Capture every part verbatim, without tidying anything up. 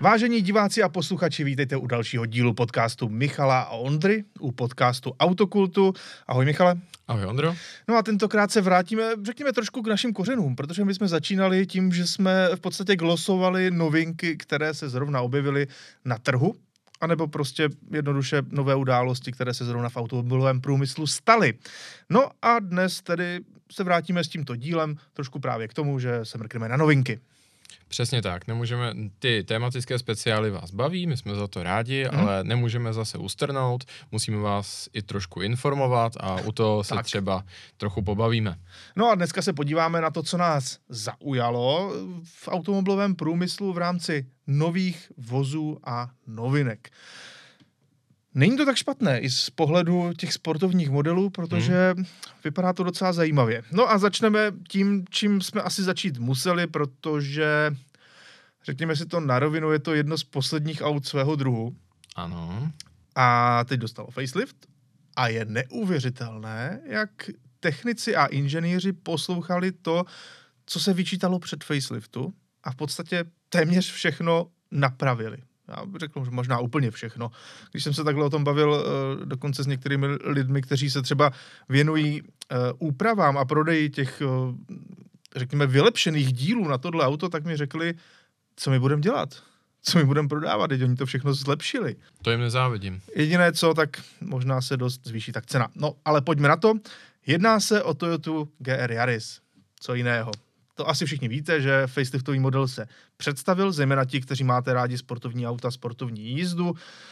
Vážení diváci a posluchači, vítejte u dalšího dílu podcastu Michala a Ondry, u podcastu Autokultu. Ahoj Michale. Ahoj Ondro. No a tentokrát se vrátíme, řekněme, trošku k našim kořenům, protože my jsme začínali tím, že jsme v podstatě glosovali novinky, které se zrovna objevily na trhu, anebo prostě jednoduše nové události, které se zrovna v automobilovém průmyslu staly. No a dnes tedy se vrátíme s tímto dílem trošku právě k tomu, že se mrkneme na novinky. Přesně tak, nemůžeme, ty tematické speciály vás baví, my jsme za to rádi, hmm. ale nemůžeme zase ustrnout, musíme vás i trošku informovat a u toho se tak třeba trochu pobavíme. No a dneska se podíváme na to, co nás zaujalo v automobilovém průmyslu v rámci nových vozů a novinek. Není to tak špatné i z pohledu těch sportovních modelů, protože hmm. vypadá to docela zajímavě. No a začneme tím, čím jsme asi začít museli, protože, řekněme si to na rovinu, je to jedno z posledních aut svého druhu. Ano. A teď dostalo facelift a je neuvěřitelné, jak technici a inženýři poslouchali to, co se vyčítalo před faceliftu a v podstatě téměř všechno napravili. Já bych řekl, že možná úplně všechno. Když jsem se takhle o tom bavil uh, dokonce s některými lidmi, kteří se třeba věnují uh, úpravám a prodeji těch, uh, řekněme, vylepšených dílů na tohle auto, tak mi řekli, co my budeme dělat, co my budeme prodávat, teď oni to všechno zlepšili. To jim nezávidím. Jediné co, tak možná se dost zvýší tak cena. No, ale pojďme na to. Jedná se o Toyotu G R Yaris. Co jiného? To asi všichni víte, že faceliftový model se představil, zejména ti, kteří máte rádi sportovní auta, sportovní jízdu.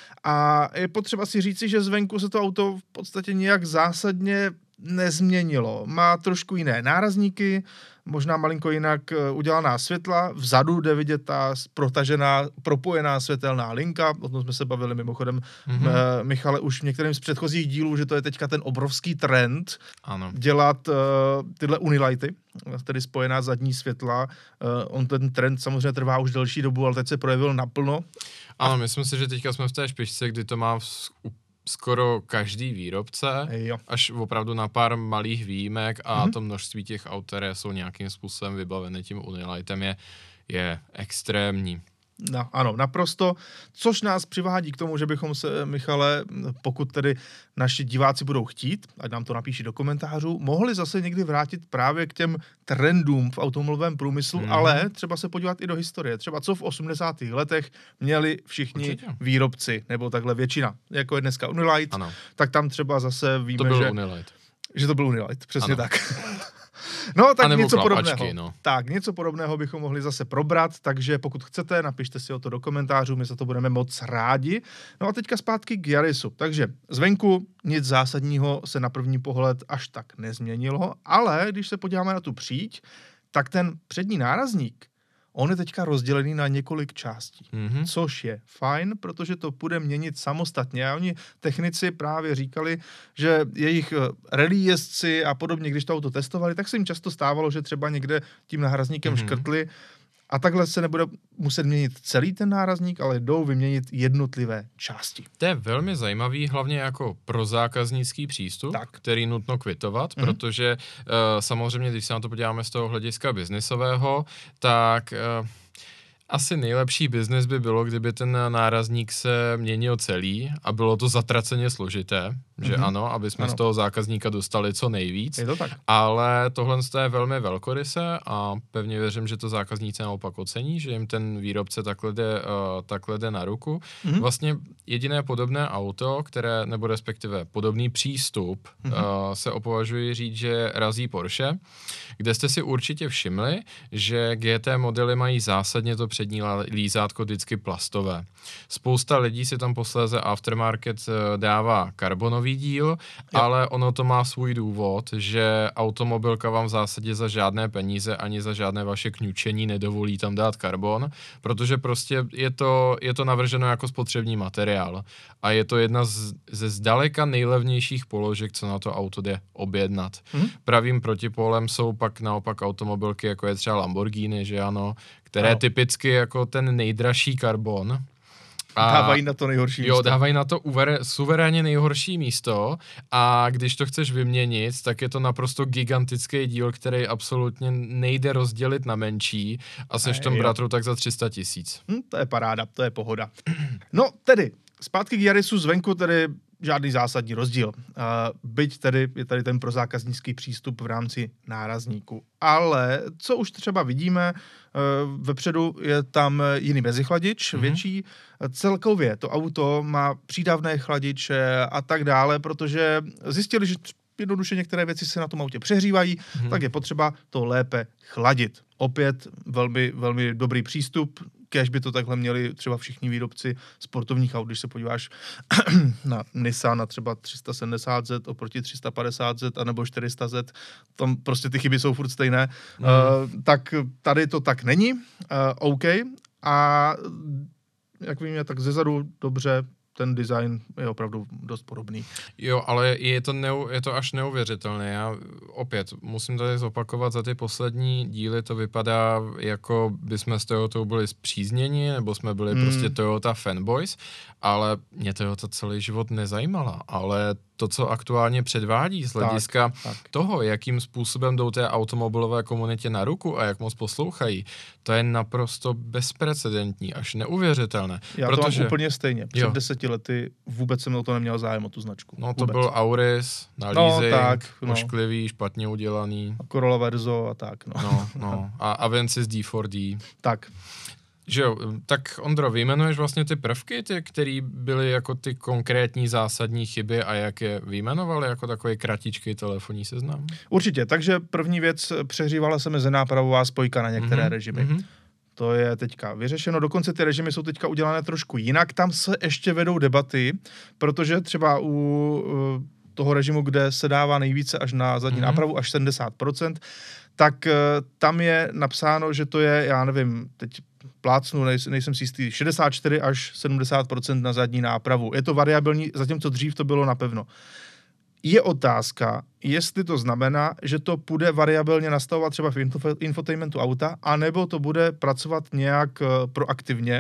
A je potřeba si říci, že zvenku se to auto v podstatě nějak zásadně nezměnilo. Má trošku jiné nárazníky, možná malinko jinak udělaná světla. Vzadu jde vidět ta protažená, propojená světelná linka. O tom jsme se bavili mimochodem, mm-hmm. Michale, už v některém z předchozích dílů, že to je teďka ten obrovský trend ano. dělat uh, tyhle unilighty, tedy spojená zadní světla. Uh, on ten trend samozřejmě trvá už delší dobu, ale teď se projevil naplno. Ano, myslím si, že teďka jsme v té špičce, kdy to má v skoro každý výrobce, jo. až opravdu na pár malých výjimek a mm-hmm. to množství těch aut, které jsou nějakým způsobem vybaveny tím Unilightem, je, je extrémní. No, ano, naprosto, což nás přivádí k tomu, že bychom se, Michale, pokud tedy naši diváci budou chtít, ať nám to napíší do komentářů, mohli zase někdy vrátit právě k těm trendům v automobilovém průmyslu, mm. ale třeba se podívat i do historie. Třeba co v osmdesátých letech měli všichni Určitě. výrobci, nebo takhle většina, jako je dneska Unilight, ano. tak tam třeba zase víme, to byl že, Unilight. že to byl Unilight, přesně ano. tak. No, tak něco klapačky, podobného. No. Tak, něco podobného bychom mohli zase probrat, takže pokud chcete, napište si o to do komentářů, my za to budeme moc rádi. No a teďka zpátky k Yarisu. Takže zvenku nic zásadního se na první pohled až tak nezměnilo, ale když se podíváme na tu příď, tak ten přední nárazník, on je teďka rozdělený na několik částí, mm-hmm. což je fajn, protože to bude měnit samostatně. A oni technici právě říkali, že jejich rally jezdci a podobně, když to auto testovali, tak se jim často stávalo, že třeba někde tím nárazníkem mm-hmm. škrtli a takhle se nebude muset měnit celý ten nárazník, ale jdou vyměnit jednotlivé části. To je velmi zajímavý, hlavně jako pro zákaznický přístup, tak. který nutno kvitovat, mm-hmm. protože uh, samozřejmě, když se na to podíváme z toho hlediska biznisového, tak uh, asi nejlepší biznis by bylo, kdyby ten nárazník se měnil celý a bylo to zatraceně složité, že mm-hmm. ano, aby jsme ano. z toho zákazníka dostali co nejvíc. Je to tak. Ale tohle je velmi velkoryse a pevně věřím, že to zákazníci naopak ocení, že jim ten výrobce takhle jde, uh, takhle jde na ruku. Mm-hmm. Vlastně jediné podobné auto, které, nebo respektive podobný přístup, mm-hmm. uh, se opovažuji říct, že razí Porsche, kde jste si určitě všimli, že G T modely mají zásadně to přední lízátko vždycky plastové. Spousta lidí si tam posléze aftermarket dává karbonový díl, jo. ale ono to má svůj důvod, že automobilka vám v zásadě za žádné peníze ani za žádné vaše kňučení nedovolí tam dát karbon, protože prostě je to, je to navrženo jako spotřební materiál a je to jedna z, ze zdaleka nejlevnějších položek, co na to auto jde objednat. Hmm. Pravým protipólem jsou pak naopak automobilky, jako je třeba Lamborghini, že ano, které no. typicky jako ten nejdražší karbon A dávají na to nejhorší místo. Jo, dávají na to uver, suverénně nejhorší místo a když to chceš vyměnit, tak je to naprosto gigantický díl, který absolutně nejde rozdělit na menší a seš v tom bratru tak za tři sta tisíc. Hm, to je paráda, to je pohoda. No tedy, zpátky k Yarisu zvenku tedy žádný zásadní rozdíl. Uh, byť tedy je tady ten prozákaznický přístup v rámci nárazníku. Ale co už třeba vidíme, uh, vepředu je tam jiný mezichladič, mm-hmm. větší. Celkově to auto má přídavné chladiče a tak dále, protože zjistili, že jednoduše některé věci se na tom autě přehřívají, mm-hmm. tak je potřeba to lépe chladit. Opět velmi, velmi dobrý přístup. Kéž by to takhle měli třeba všichni výrobci sportovních aut, když se podíváš na Nissan, na třeba tři sta sedmdesát zet oproti tři sta padesát zet anebo čtyři sta zet, tam prostě ty chyby jsou furt stejné, mm. uh, tak tady to tak není. Uh, OK. A jak víme, tak zezadu dobře, ten design je opravdu dost podobný. Jo, ale je to, neu, je to až neuvěřitelné. Já opět musím tady zopakovat, za ty poslední díly to vypadá, jako bychom s Toyotou byli spřízněni, nebo jsme byli mm. prostě Toyota fanboys, ale mě Toyota celý život nezajímala, ale to, co aktuálně předvádí z hlediska tak, tak. toho, jakým způsobem jdou té automobilové komunitě na ruku a jak moc poslouchají, to je naprosto bezprecedentní, až neuvěřitelné. Já protože... to mám úplně stejně. Před jo. deseti lety vůbec jsem o to neměl zájem o tu značku. No to vůbec. byl Auris na no, leasing, tak, no. ošklivý, špatně udělaný. A Corolla Verzo a tak. No, no, no. A Avensis D čtyři D. Tak. Že jo, tak Ondro, vyjmenuješ vlastně ty prvky, ty, které byly jako ty konkrétní zásadní chyby a jak je vyjmenovali jako takový kratičký telefonní seznam? Určitě, takže první věc, přehřívala se mezinápravová spojka na některé mm-hmm, režimy. Mm-hmm. To je teďka vyřešeno, dokonce ty režimy jsou teďka udělané trošku jinak, tam se ještě vedou debaty, protože třeba u toho režimu, kde se dává nejvíce až na zadní mm-hmm. nápravu, až sedmdesát procent, tak tam je napsáno, že to je, já nevím, teď plácnu, nejsem, nejsem si jistý, šedesát čtyři až sedmdesát procent na zadní nápravu. Je to variabilní, zatímco dřív to bylo napevno. Je otázka, jestli to znamená, že to bude variabilně nastavovat třeba v infotainmentu auta, anebo to bude pracovat nějak uh, proaktivně,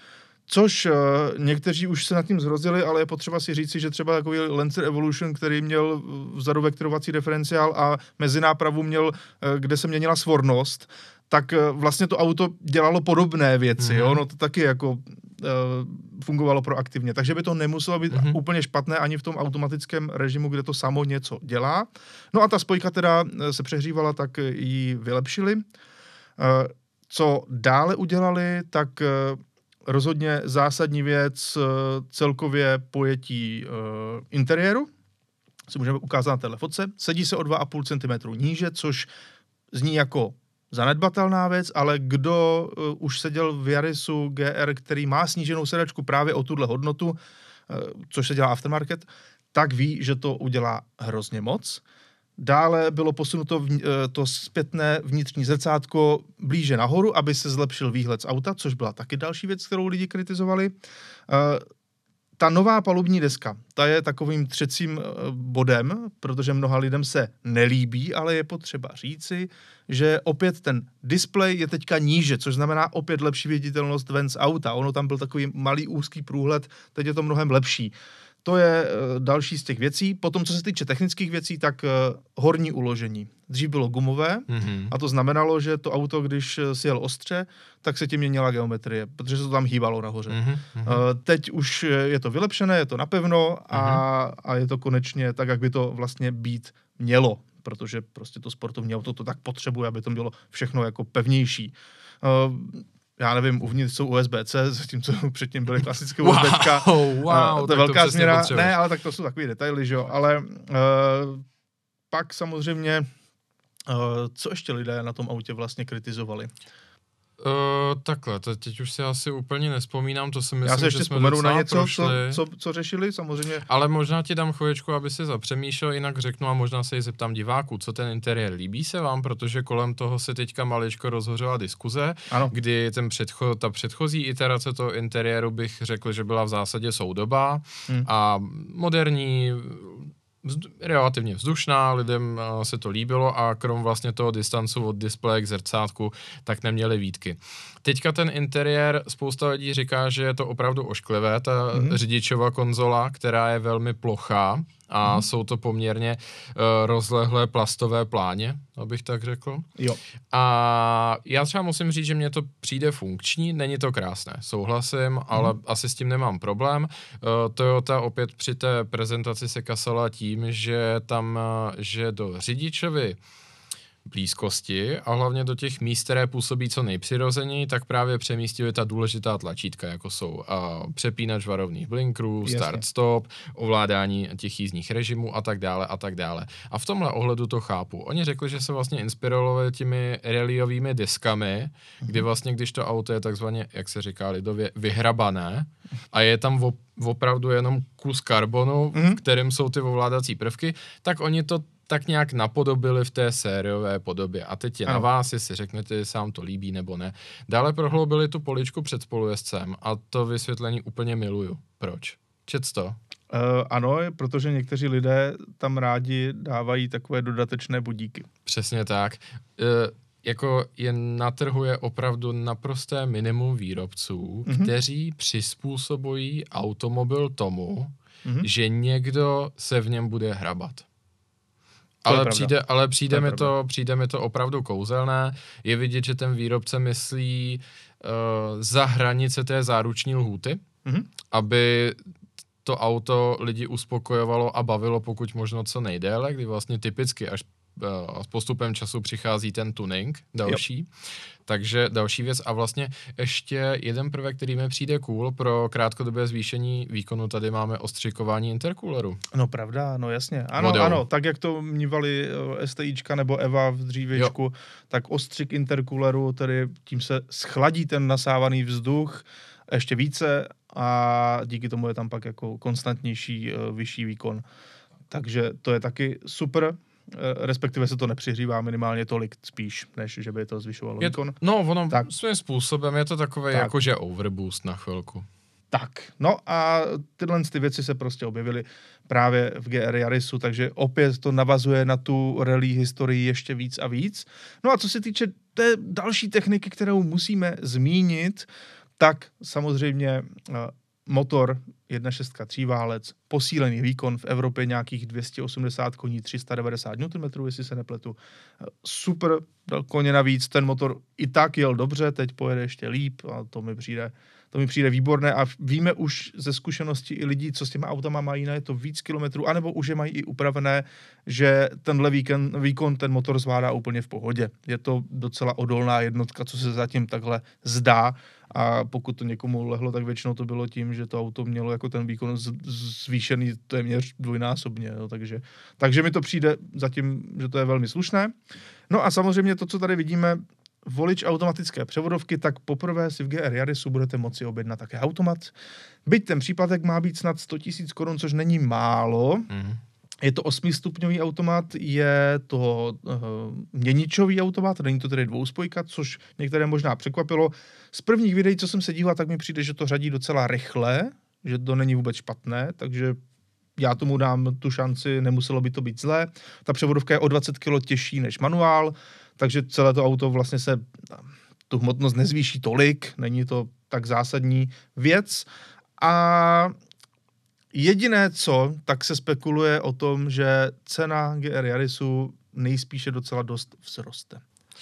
což uh, někteří už se nad tím zrozili, ale je potřeba si říci, že třeba takový Lancer Evolution, který měl vzadu vektorovací diferenciál a mezinápravu měl, uh, kde se měnila svornost, tak vlastně to auto dělalo podobné věci, mm-hmm. jo, no to taky jako uh, fungovalo proaktivně, takže by to nemuselo být mm-hmm. úplně špatné ani v tom automatickém režimu, kde to samo něco dělá. No a ta spojka teda se přehřívala, tak ji vylepšili. Uh, co dále udělali, tak uh, rozhodně zásadní věc uh, celkově pojetí uh, interiéru, si můžeme ukázat na téhle fotce, sedí se o dva a půl centimetru níže, což zní jako zanedbatelná věc, ale kdo uh, už seděl v Yarisu G R, který má sníženou sedačku právě o tuhle hodnotu, uh, což se dělá aftermarket, tak ví, že to udělá hrozně moc. Dále bylo posunuto v, uh, to zpětné vnitřní zrcátko blíže nahoru, aby se zlepšil výhled z auta, což byla taky další věc, kterou lidi kritizovali. Uh, Ta nová palubní deska, ta je takovým třecím bodem, protože mnoha lidem se nelíbí, ale je potřeba říci, že opět ten displej je teďka níže, což znamená opět lepší viditelnost ven z auta. Ono tam byl takový malý úzký průhled, teď je to mnohem lepší. To je uh, další z těch věcí. Potom, co se týče technických věcí, tak uh, horní uložení. Dřív bylo gumové mm-hmm. a to znamenalo, že to auto, když si jel ostře, tak se tím měnila geometrie, protože se to tam hýbalo nahoře. Mm-hmm. Uh, teď už je to vylepšené, je to napevno a, mm-hmm. a je to konečně tak, jak by to vlastně být mělo, protože prostě to sportovní auto to tak potřebuje, aby to bylo všechno jako pevnější. Uh, Já nevím, uvnitř jsou U S B C, zatímco předtím byly klasické wow, USBčka. Wow, to je velká to změna. Ne, ale tak to jsou takový detaily, že jo. Ale uh, pak samozřejmě, uh, co ještě lidé na tom autě vlastně kritizovali? Uh, takhle, to teď už si asi úplně nespomínám, to si myslím, Já se ještě že jsme vzpomenu na něco, prošli. co, co, co řešili, samozřejmě. Ale možná ti dám chvíličku, aby si zapřemýšlel, jinak řeknu a možná se i zeptám diváků, co ten interiér líbí se vám, protože kolem toho se teďka maličko rozhořela diskuze, ano. kdy ten předcho, ta předchozí iterace toho interiéru bych řekl, že byla v zásadě soudobá hmm. a moderní, vzdu, relativně vzdušná, lidem uh, se to líbilo a krom vlastně toho distancu od displeje k zrcátku, tak neměli výtky. Teďka ten interiér, spousta lidí říká, že je to opravdu ošklivé, ta mm-hmm. řidičova konzola, která je velmi plochá a mm-hmm. jsou to poměrně uh, rozlehlé plastové pláně, abych tak řekl. Jo. A já třeba musím říct, že mně to přijde funkční, není to krásné, souhlasím, mm-hmm. ale asi s tím nemám problém. Uh, Toyota opět při té prezentaci se kasala tím, že tam, uh, že do řidičovy blízkosti a hlavně do těch míst, které působí co nejpřirozeněji, tak právě přemístili ta důležitá tlačítka, jako jsou uh, přepínač varovných blinkrů, start-stop, ovládání těch jízdních režimů a tak dále a tak dále. A v tomhle ohledu to chápu. Oni řekli, že se vlastně inspirovali těmi rallyovými diskami, mm-hmm. kdy vlastně, když to auto je takzvaně, jak se říká lidově, vyhrabané a je tam op- opravdu jenom kus karbonu, mm-hmm. v kterém jsou ty ovládací prvky, tak oni to tak nějak napodobili v té sériové podobě. A teď je ano. na vás, jestli řeknete, jestli se vám to líbí nebo ne. Dále prohloubili tu poličku před spolujezdcem a to vysvětlení úplně miluju. Proč? Čet to? Uh, ano, protože někteří lidé tam rádi dávají takové dodatečné budíky. Přesně tak. Uh, jako je na trhu je opravdu naprosté minimum výrobců, mm-hmm. kteří přizpůsobují automobil tomu, mm-hmm. že někdo se v něm bude hrabat. Ale přijde, ale přijde to mi to, přijde mi to opravdu kouzelné. Je vidět, že ten výrobce myslí uh, za hranice té záruční lhůty, mm-hmm. aby to auto lidi uspokojovalo a bavilo pokud možno co nejdéle, kdy vlastně typicky až uh, s postupem času přichází ten tuning další. Jo. Takže další věc a vlastně ještě jeden prvek, který mi přijde cool pro krátkodobé zvýšení výkonu, tady máme ostřikování intercooleru. No pravda, no jasně. Ano, Vodou. ano, tak jak to mívali STIčka nebo Eva v dřívěčku, jo. tak ostřik intercooleru, tedy tím se schladí ten nasávaný vzduch ještě více a díky tomu je tam pak jako konstantnější, vyšší výkon. Takže to je taky super. Respektive se to nepřihřívá minimálně tolik spíš, než že by to zvyšovalo je, výkon. No, ono tak. svým způsobem je to takové tak. jakože overboost na chvilku. Tak, no a tyhle ty věci se prostě objevily právě v G R Yarisu, takže opět to navazuje na tu rally historii ještě víc a víc. No a co se týče té další techniky, kterou musíme zmínit, tak samozřejmě uh, motor jedna celá šest tříválec, posílený výkon v Evropě nějakých dvě stě osmdesát koní, tři sta devadesát newtonmetrů, jestli se nepletu. Super, dal koně navíc, ten motor i tak jel dobře, teď pojede ještě líp a to mi přijde, to mi přijde výborné a víme už ze zkušenosti i lidí, co s těma autama mají, na je to víc kilometrů, anebo už je mají i upravené, že tenhle výkon, výkon ten motor zvládá úplně v pohodě. Je to docela odolná jednotka, co se zatím takhle zdá. A pokud to někomu lehlo, tak většinou to bylo tím, že to auto mělo jako ten výkon zvýšený téměř dvojnásobně. Jo. Takže, takže mi to přijde zatím, že to je velmi slušné. No a samozřejmě to, co tady vidíme, volič automatické převodovky, tak poprvé si v G R Yarisu budete moci objednat také automat. Byť ten příplatek má být snad sto tisíc korun, což není málo. Mm. Je to osmistupňový automat, je to uh, měničový automat, není to tedy dvouspojka, což některé možná překvapilo. Z prvních videí, co jsem se díval, tak mi přijde, že to řadí docela rychle, že to není vůbec špatné, takže já tomu dám tu šanci, nemuselo by to být zlé. Ta převodovka je o dvacet kilo těžší než manuál, takže celé to auto vlastně se, tu hmotnost nezvýší tolik, není to tak zásadní věc. A jediné co, tak se spekuluje o tom, že cena G R Yarisu nejspíše docela dost vzroste.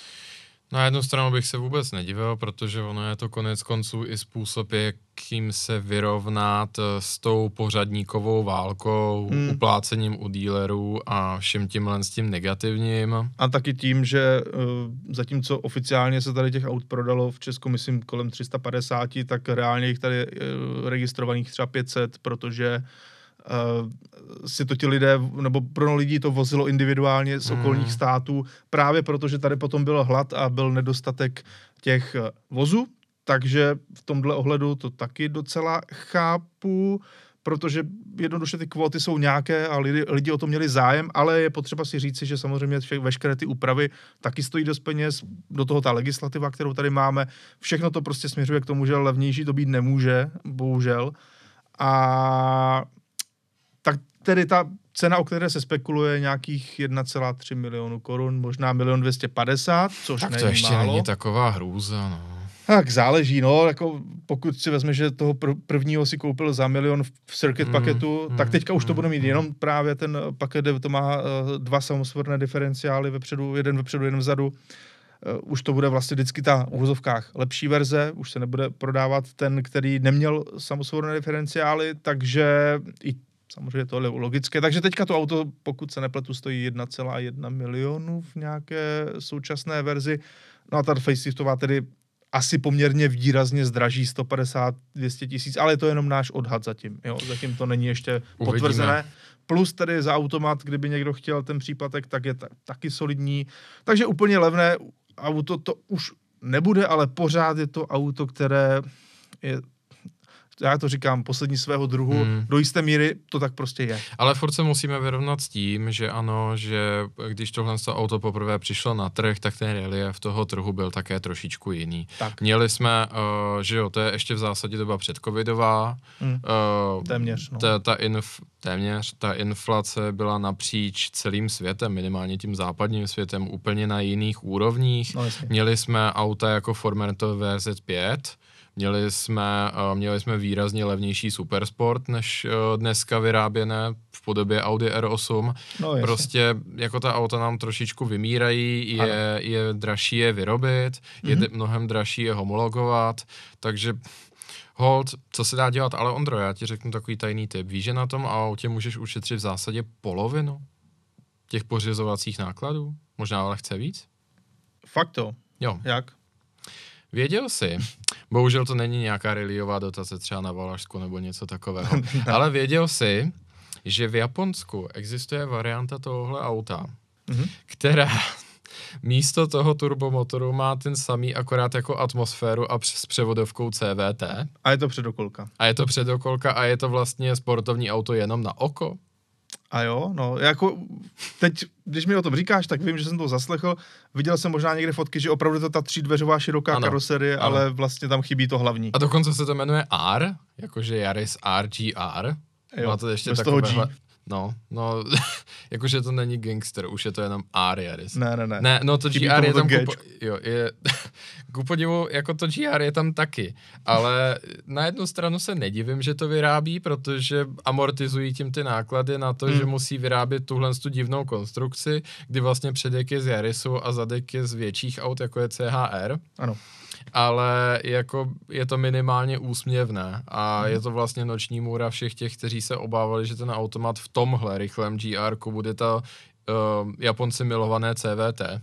Na jednu stranu bych se vůbec nedivil, protože ono je to konec konců i způsob, jakým se vyrovnat s tou pořadníkovou válkou, hmm. uplácením u dílerů a všem tímhle s tím negativním. A taky tím, že uh, zatímco oficiálně se tady těch aut prodalo v Česku, myslím, kolem tři sta padesát, tak reálně jich tady uh, registrovaných třeba pět set, protože Uh, si to ti lidé, nebo pro lidi to vozilo individuálně z okolních mm. států, právě protože tady potom byl hlad a byl nedostatek těch vozů, takže v tomhle ohledu to taky docela chápu, protože jednoduše ty kvóty jsou nějaké a lidi, lidi o to měli zájem, ale je potřeba si říci, že samozřejmě vše, veškeré ty úpravy taky stojí dost peněz, do toho ta legislativa, kterou tady máme, všechno to prostě směřuje k tomu, že levnější to být nemůže, bohužel. A tak tedy ta cena, o které se spekuluje, nějakých jedna celá tři milionu korun, možná milion dvěstě padesát, což tak není to ještě málo. není taková hrůza, no. Tak záleží, no, jako pokud si vezme, že toho pr- prvního si koupil za milion v circuit Mm, paketu, mm, tak teďka už to mm, bude mít mm. jenom právě ten paket, kde to má uh, dva samosvorné diferenciály vepředu, jeden vepředu, jeden vzadu. Uh, už to bude vlastně vždycky ta v uvozovkách lepší verze, už se nebude prodávat ten, který neměl samosvorné diferenciály, takže i samozřejmě to je logické. Takže teďka to auto, pokud se nepletu, stojí jedna celá jedna milionu v nějaké současné verzi. No a ta faceliftová tedy asi poměrně výrazně zdraží sto padesát až dvě stě tisíc, ale je to jenom náš odhad zatím. Jo? Zatím to není ještě Uvidíme. potvrzené. Plus tedy za automat, kdyby někdo chtěl ten příplatek, tak je ta, taky solidní. Takže úplně levné auto to už nebude, ale pořád je to auto, které je, já to říkám, poslední svého druhu, hmm. do jisté míry to tak prostě je. Ale furt se musíme vyrovnat s tím, že ano, že když tohle auto poprvé přišlo na trh, tak ten relief toho trhu byl také trošičku jiný. Tak. Měli jsme, uh, že jo, to je ještě v zásadě doba předcovidová. Hmm. Uh, téměř, no. Ta, ta inf, téměř, ta inflace byla napříč celým světem, minimálně tím západním světem, úplně na jiných úrovních. No, Měli jsme auta jako Ford Mentor V Z pět, Měli jsme, uh, měli jsme výrazně levnější Supersport než uh, dneska vyráběné v podobě Audi R osm. No, prostě jako ta auta nám trošičku vymírají, je, je dražší je vyrobit, mm-hmm. je de- mnohem dražší je homologovat, takže hold, co se dá dělat? Ale Ondro, já ti řeknu takový tajný tip. Víš, že na tom autě můžeš ušetřit v zásadě polovinu těch pořizovacích nákladů? Možná lehce víc? Fakt to? Jo. Jak? Věděl jsi, bohužel to není nějaká rallyová dotace třeba na Valašsku nebo něco takového, ale věděl jsi, že v Japonsku existuje varianta tohohle auta, mm-hmm. která místo toho turbomotoru má ten samý akorát jako atmosféru a s převodovkou C V T. A je to předokolka. A je to předokolka a je to vlastně sportovní auto jenom na oko. A jo, no, jako teď, když mi o tom říkáš, tak vím, že jsem to zaslechl. Viděl jsem možná někde fotky, že opravdu to ta třídveřová široká ano, karoserie, ano. ale vlastně tam chybí to hlavní. A dokonce se to jmenuje R, jakože Yaris R G R. Jo, má to ještě bez takové... toho G. No, no, jakože to není gangster, už je to jenom R Yaris. Ne, ne, ne. Ne, no to Chybí G R je tam, kupo, jo, je, ku podivu, jako to G R je tam taky, ale na jednu stranu se nedivím, že to vyrábí, protože amortizují tím ty náklady na to, hmm. že musí vyrábět tuhle tu divnou konstrukci, kdy vlastně předek je z Yarisu a zadek je z větších aut, jako je C H R. Ano. Ale jako je to minimálně úsměvné a mm. je to vlastně noční můra všech těch, kteří se obávali, že ten automat v tomhle rychlém G R-ku bude ta uh, Japonci milované C V T.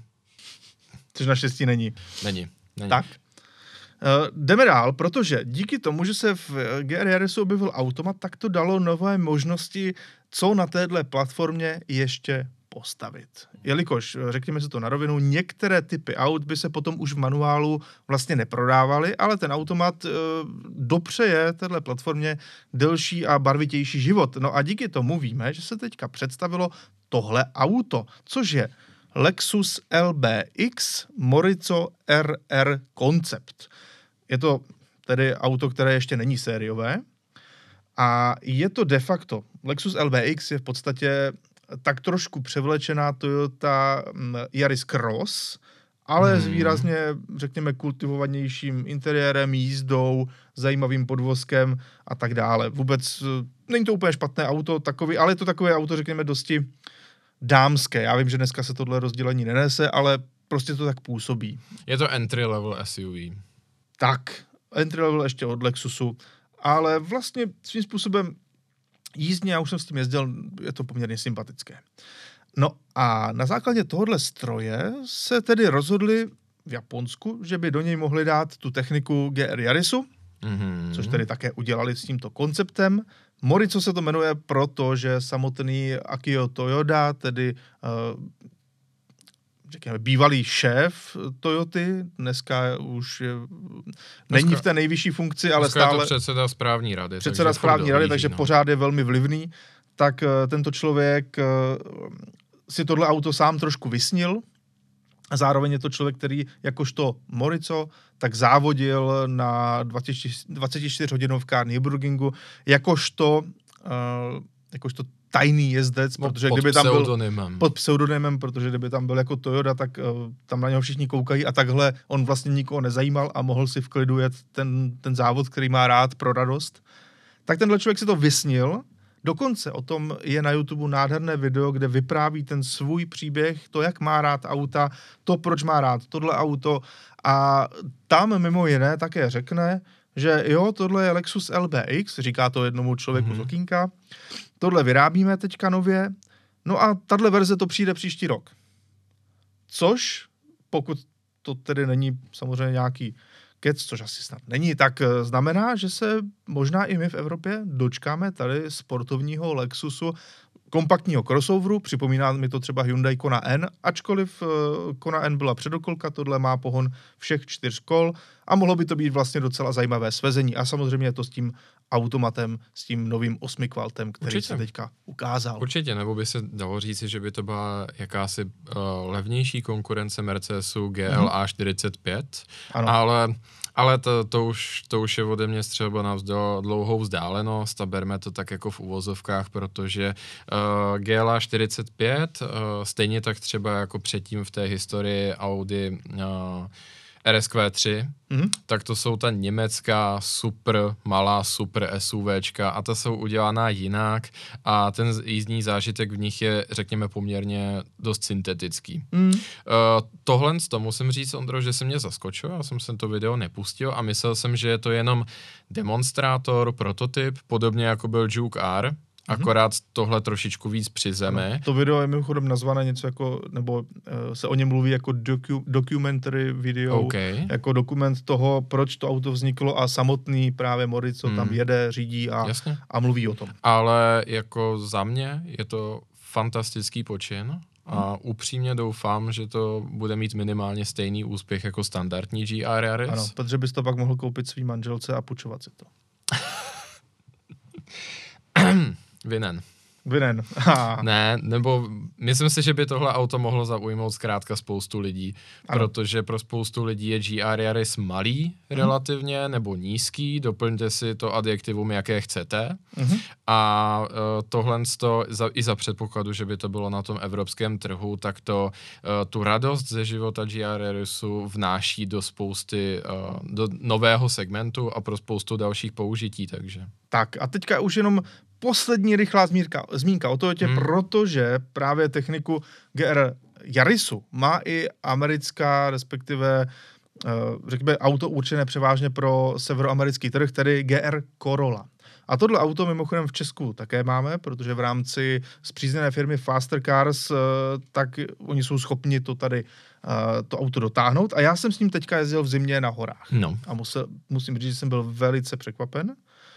Což naštěstí není. Není. není. Tak. Uh, jdeme dál, protože díky tomu, že se v G R Yarisu objevil automat, tak to dalo nové možnosti, co na téhle platformě ještě postavit. Jelikož, řekněme si to na rovinu, některé typy aut by se potom už v manuálu vlastně neprodávaly, ale ten automat e, dopřeje téhle platformě delší a barvitější život. No a díky tomu víme, že se teďka představilo tohle auto, což je Lexus L B X Morizo R R Concept. Je to tedy auto, které ještě není sériové a je to de facto, Lexus L B X je v podstatě tak trošku převlečená Toyota Yaris Cross, ale hmm. s výrazně, řekněme, kultivovanějším interiérem, jízdou, zajímavým podvozkem a tak dále. Vůbec není to úplně špatné auto takový, ale je to takové auto, řekněme, dosti dámské. Já vím, že dneska se tohle rozdělení nenese, ale prostě to tak působí. Je to entry level S U V. Tak, entry level ještě od Lexusu, ale vlastně svým způsobem jízdně, já už jsem s tím jezdil, je to poměrně sympatické. No a na základě tohohle stroje se tedy rozhodli v Japonsku, že by do něj mohli dát tu techniku G R Yarisu, mm-hmm. což tedy také udělali s tímto konceptem. Morizo se to jmenuje proto, že samotný Akio Toyoda, tedy uh, řekněme, bývalý šéf Toyoty, dneska už je, není dneska, v té nejvyšší funkci, ale dneska stále... je to předseda správní rady. Předseda správní rady, takže no. pořád je velmi vlivný. Tak uh, tento člověk uh, si tohle auto sám trošku vysnil a zároveň je to člověk, který jakožto Morizo tak závodil na dvacet čtyři hodinovkách Nürburgringu, jakožto, uh, jakožto tajný jezdec, no, protože pod kdyby tam pseudonymem. byl pod pseudonymem, protože kdyby tam byl jako Toyota, tak uh, tam na něho všichni koukají a takhle on vlastně nikoho nezajímal a mohl si v klidu jet ten, ten závod, který má rád pro radost. Tak tenhle člověk si to vysnil. Dokonce o tom je na YouTube nádherné video, kde vypráví ten svůj příběh, to, jak má rád auta, to, proč má rád tohle auto a tam mimo jiné také řekne, že jo, tohle je Lexus L B X, říká to jednomu člověku mm-hmm. z okýnka, tohle vyrábíme teďka nově, no a tahle verze to přijde příští rok. Což, pokud to tedy není samozřejmě nějaký kec, což asi snad není, tak znamená, že se možná i my v Evropě dočkáme tady sportovního Lexusu, kompaktního crossoveru, připomíná mi to třeba Hyundai Kona N, ačkoliv Kona N byla předokolka, tohle má pohon všech čtyř kol a mohlo by to být vlastně docela zajímavé svezení a samozřejmě je to s tím automatem, s tím novým osmikvaltem, který Určitě. se teďka ukázal. Určitě, nebo by se dalo říci, že by to byla jakási uh, levnější konkurence Mercedesu G L A čtyřicet pět, ano. ale, ale to, to, už, to už je ode mě třeba navzdory dlouhou vzdálenost a berme to tak jako v uvozovkách, protože uh, G L A čtyřicet pět, uh, stejně tak třeba jako předtím v té historii Audi uh, R S Q tři, mm-hmm. tak to jsou ta německá super malá super SUVčka a ta jsou udělaná jinak a ten jízdní zážitek v nich je, řekněme, poměrně dost syntetický. Mm. Uh, tohle to musím říct, Ondro, že se mě zaskočil, já jsem se to video nepustil a myslel jsem, že je to jenom demonstrátor, prototyp, podobně jako byl Juke R, akorát tohle trošičku víc při zemi. No, to video je mimochodem nazvané něco jako, nebo uh, se o něm mluví jako docu, documentary video, okay. jako dokument toho, proč to auto vzniklo a samotný právě Moritz, co hmm. tam jede, řídí a, a mluví o tom. Ale jako za mě je to fantastický počin a hmm. upřímně doufám, že to bude mít minimálně stejný úspěch jako standardní G R Yaris. Ano, protože bys to pak mohl koupit svý manželce a půjčovat si to. Vinen. Vinen. Ne, nebo myslím si, že by tohle auto mohlo zaujmout zkrátka spoustu lidí, ano. protože pro spoustu lidí je G R Yaris malý mm. relativně, nebo nízký, doplňte si to adjektivum, jaké chcete. Mm. A uh, tohle za, i za předpokladu, že by to bylo na tom evropském trhu, tak to uh, tu radost ze života G R Yarisu vnáší do spousty, uh, do nového segmentu a pro spoustu dalších použití, takže. Tak a teďka už jenom poslední rychlá zmínka, zmínka o Toyotě, hmm. protože právě techniku G R Yarisu má i americká, respektive uh, řekněme auto určené převážně pro severoamerický trh, tedy G R Corolla. A tohle auto mimochodem v Česku také máme, protože v rámci spřízněné firmy Faster Cars, uh, tak oni jsou schopni to tady uh, to auto dotáhnout. A já jsem s ním teďka jezdil v zimě na horách. No. A musel, musím říct, že jsem byl velice překvapen.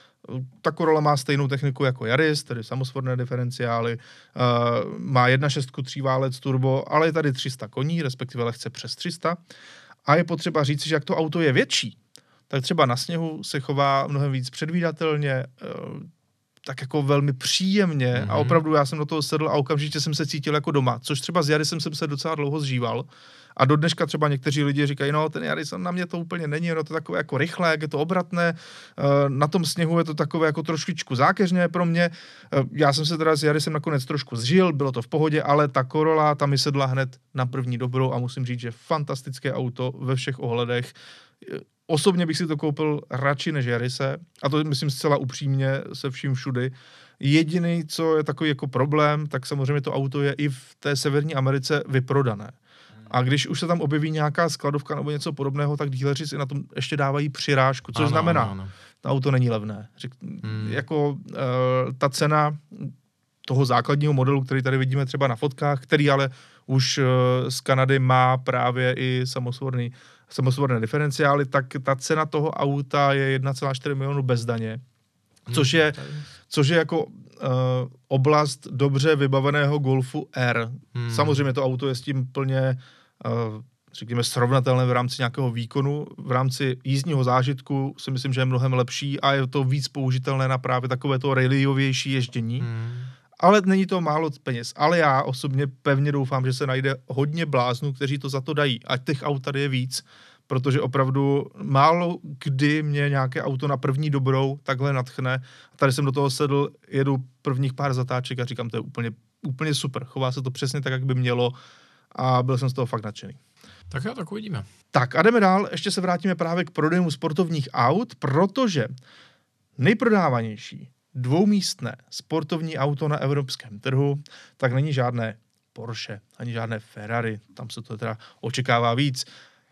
Ta Corolla má stejnou techniku jako Yaris, tedy samosvorné diferenciály, uh, má jedna celá šest tříválec turbo, ale je tady tři sta koní, respektive lehce přes tři sta. A je potřeba říct, že jak to auto je větší, tak třeba na sněhu se chová mnohem víc předvídatelně, uh, tak jako velmi příjemně mm-hmm. a opravdu já jsem do toho sedl a okamžitě jsem se cítil jako doma, což třeba s Yarisem jsem se docela dlouho zžíval. A do dneška třeba někteří lidi říkají, no ten Yaris na mě to úplně není, no to takové jako rychlé, jak je to obratné, na tom sněhu je to takové jako trošičku zákeřné pro mě. Já jsem se teda s Yarisem nakonec trošku zžil, bylo to v pohodě, ale ta Corolla, ta mi sedla hned na první dobrou a musím říct, že fantastické auto ve všech ohledech. Osobně bych si to koupil radši než Yarise, a to myslím zcela upřímně se vším všudy. Jediný, co je takový jako problém, tak samozřejmě to auto je i v té Severní Americe vyprodané. A když už se tam objeví nějaká skladovka nebo něco podobného, tak díleři si na tom ještě dávají přirážku, což ano, znamená, ano, ano. to auto není levné. Řek, hmm. Jako uh, ta cena toho základního modelu, který tady vidíme třeba na fotkách, který ale už uh, z Kanady má právě i samosvorný, samosvorné diferenciály, tak ta cena toho auta je jedna celá čtyři milionu bez daně, což je, což je jako uh, oblast dobře vybaveného Golfu R. Hmm. Samozřejmě to auto je s tím plně uh, řekněme srovnatelné v rámci nějakého výkonu, v rámci jízdního zážitku si myslím, že je mnohem lepší a je to víc použitelné na právě takové to rallyovější ježdění. Hmm. Ale není to málo peněz. Ale já osobně pevně doufám, že se najde hodně bláznů, kteří to za to dají. Ať těch aut tady je víc, protože opravdu málo kdy mě nějaké auto na první dobrou takhle nadchne. Tady jsem do toho sedl, jedu prvních pár zatáček a říkám, to je úplně, úplně super. Chová se to přesně tak, jak by mělo a byl jsem z toho fakt nadšený. Tak jo, tak uvidíme. Tak a jdeme dál, ještě se vrátíme právě k prodejům sportovních aut, protože nejprodávanější dvoumístné sportovní auto na evropském trhu, tak není žádné Porsche, ani žádné Ferrari, tam se to teda očekává víc.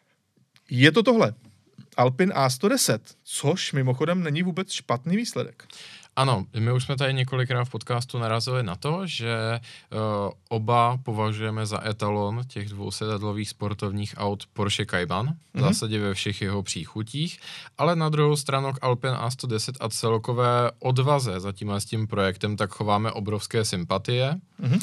Je to tohle, Alpine A sto deset, což mimochodem není vůbec špatný výsledek. Ano, my už jsme tady několikrát v podcastu narazili na to, že uh, oba považujeme za etalon těch dvousedadlových sportovních aut Porsche Cayman, mm-hmm. v zásadě ve všech jeho příchutích, ale na druhou stranu k Alpine A sto deset a celkové odvaze za tímhle s tím projektem tak chováme obrovské sympatie. Mm-hmm.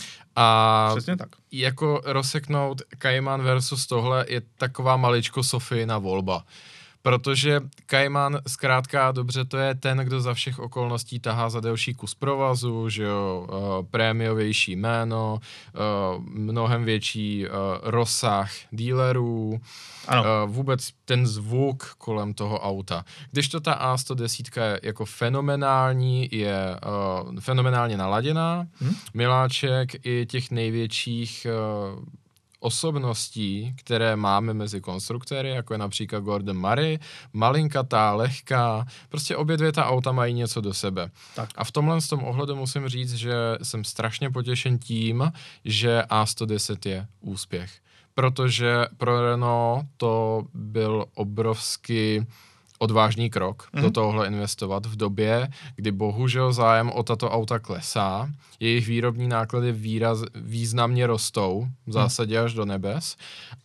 A přesně tak. Jako rozseknout Cayman versus tohle je taková maličko Sofijina volba. Protože Cayman zkrátka dobře to je ten, kdo za všech okolností tahá za delší kus provazu, že jo, uh, prémiovější jméno, uh, mnohem větší uh, rozsah dealerů, uh, vůbec ten zvuk kolem toho auta. Když to ta A sto deset je jako fenomenální, je uh, fenomenálně naladěná, hmm? miláček i těch největších uh, osobností, které máme mezi konstruktéry, jako je například Gordon Murray, malinkatá, lehká, prostě obě dvě ta auta mají něco do sebe. Tak. A v tomhle z tom ohledu musím říct, že jsem strašně potěšen tím, že A sto deset je úspěch. Protože pro Renault to byl obrovský odvážný krok mm. do tohohle investovat v době, kdy bohužel zájem o tato auta klesá, jejich výrobní náklady výraz, významně rostou, v zásadě až do nebes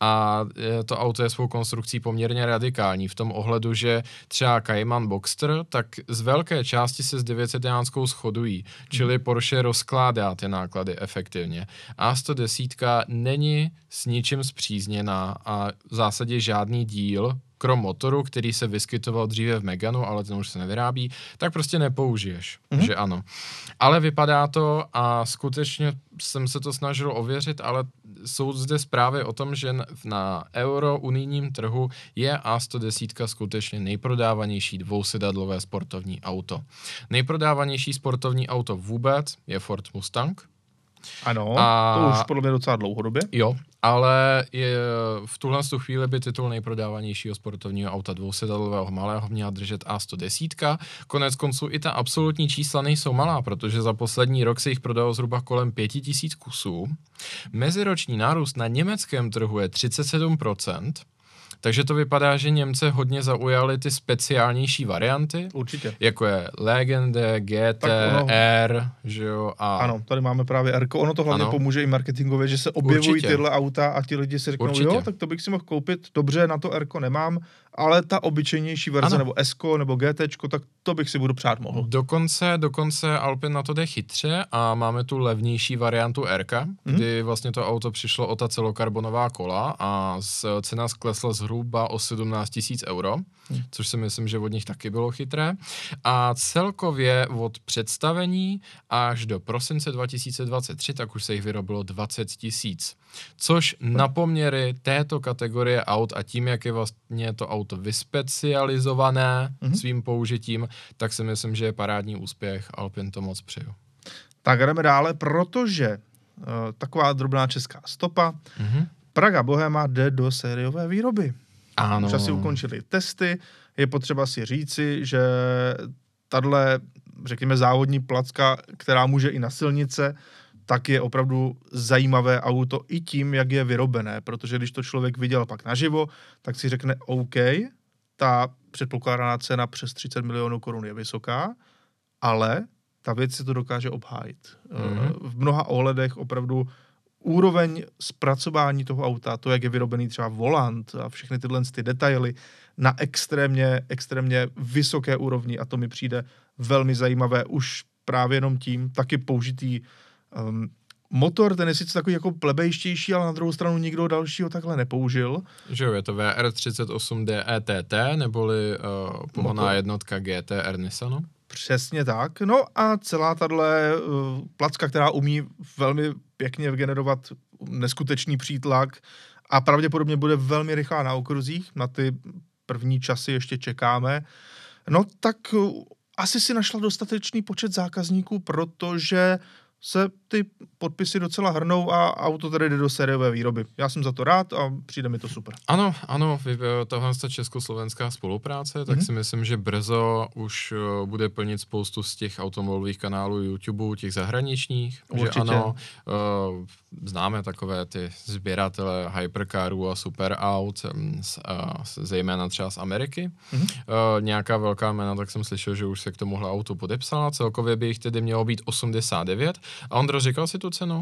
a to auto je svou konstrukcí poměrně radikální v tom ohledu, že třeba Cayman Boxster tak z velké části se s devět set jedenáct shodují, čili Porsche rozkládá ty náklady efektivně. A sto deset není s ničím spřízněná a v zásadě žádný díl krom motoru, který se vyskytoval dříve v Meganu, ale ten už se nevyrábí, tak prostě nepoužiješ, mm-hmm. že ano. Ale vypadá to a skutečně jsem se to snažil ověřit, ale jsou zde zprávy o tom, že na euro-unijním trhu je A sto deset skutečně nejprodávanější dvousedadlové sportovní auto. Nejprodávanější sportovní auto vůbec je Ford Mustang. Ano, a to už podle mě docela dlouhodobě. Jo, ale je, v tuhle chvíli by titul nejprodávanějšího sportovního auta dvousedadlového malého měla držet A sto deset. Konec konců i ta absolutní čísla nejsou malá, protože za poslední rok se jich prodalo zhruba kolem pět tisíc kusů. Meziroční nárůst na německém trhu je třicet sedm procent. Takže to vypadá, že Němce hodně zaujaly ty speciálnější varianty. Určitě. Jako je Legende, G T, ono, R, že jo. A... Ano, tady máme právě R. Ono to hlavně ano. pomůže i marketingově, že se objevují Určitě. tyhle auta a ti lidi si řeknou, Určitě. jo, tak to bych si mohl koupit, dobře, na to R nemám, ale ta obyčejnější verze, ano. nebo S nebo G T, tak to bych si budu přát mohl. Dokonce, dokonce Alpine na to jde chytře a máme tu levnější variantu R, hmm. kdy vlastně to auto přišlo o ta celokarbonová kola a cena sklesla zhruba o sedmnáct tisíc euro, hmm. což si myslím, že od nich taky bylo chytré. A celkově od představení až do prosince dva tisíce dvacet tři, tak už se jich vyrobilo dvacet tisíc. Což na poměry této kategorie aut a tím, jak je vlastně to auto vyspecializované mm-hmm. svým použitím, tak si myslím, že je parádní úspěch. Alpine to moc přeju. Tak jdeme dále, protože uh, taková drobná česká stopa. Mm-hmm. Praga Bohema jde do sériové výroby. Ano. Už asi ukončili testy. Je potřeba si říci, že tahle, řekněme, závodní placka, která může i na silnice, tak je opravdu zajímavé auto i tím, jak je vyrobené, protože když to člověk viděl pak naživo, tak si řekne OK, ta předpokládaná cena přes třicet milionů korun je vysoká, ale ta věc si to dokáže obhájit. Mm-hmm. V mnoha ohledech opravdu úroveň zpracování toho auta, to, jak je vyrobený třeba volant a všechny tyhle ty detaily na extrémně, extrémně vysoké úrovni a to mi přijde velmi zajímavé už právě jenom tím, taky použitý Um, motor, ten je sice takový jako plebejštější, ale na druhou stranu nikdo dalšího takhle nepoužil. Že jo, je to V R třicet osm D E T T, neboli uh, pohonná jednotka G T R Nissanu. Přesně tak. No a celá tahle uh, placka, která umí velmi pěkně generovat neskutečný přítlak a pravděpodobně bude velmi rychlá na okruzích, na ty první časy ještě čekáme, no tak asi si našla dostatečný počet zákazníků, protože se ty podpisy docela hrnou a auto tady jde do sériové výroby. Já jsem za to rád a přijde mi to super. Ano, ano, tahle československá spolupráce, tak mm-hmm. si myslím, že brzo už bude plnit spoustu z těch automobilových kanálů YouTube, těch zahraničních. Určitě. Že ano, uh, známe takové ty sběratele hypercarů a superaut, uh, zejména třeba z Ameriky. Mm-hmm. Uh, nějaká velká jména, tak jsem slyšel, že už se k tomuhle autu podepsala. Celkově by jich tedy mělo být osmdesát devět. A Ondro, říkal si tu cenu?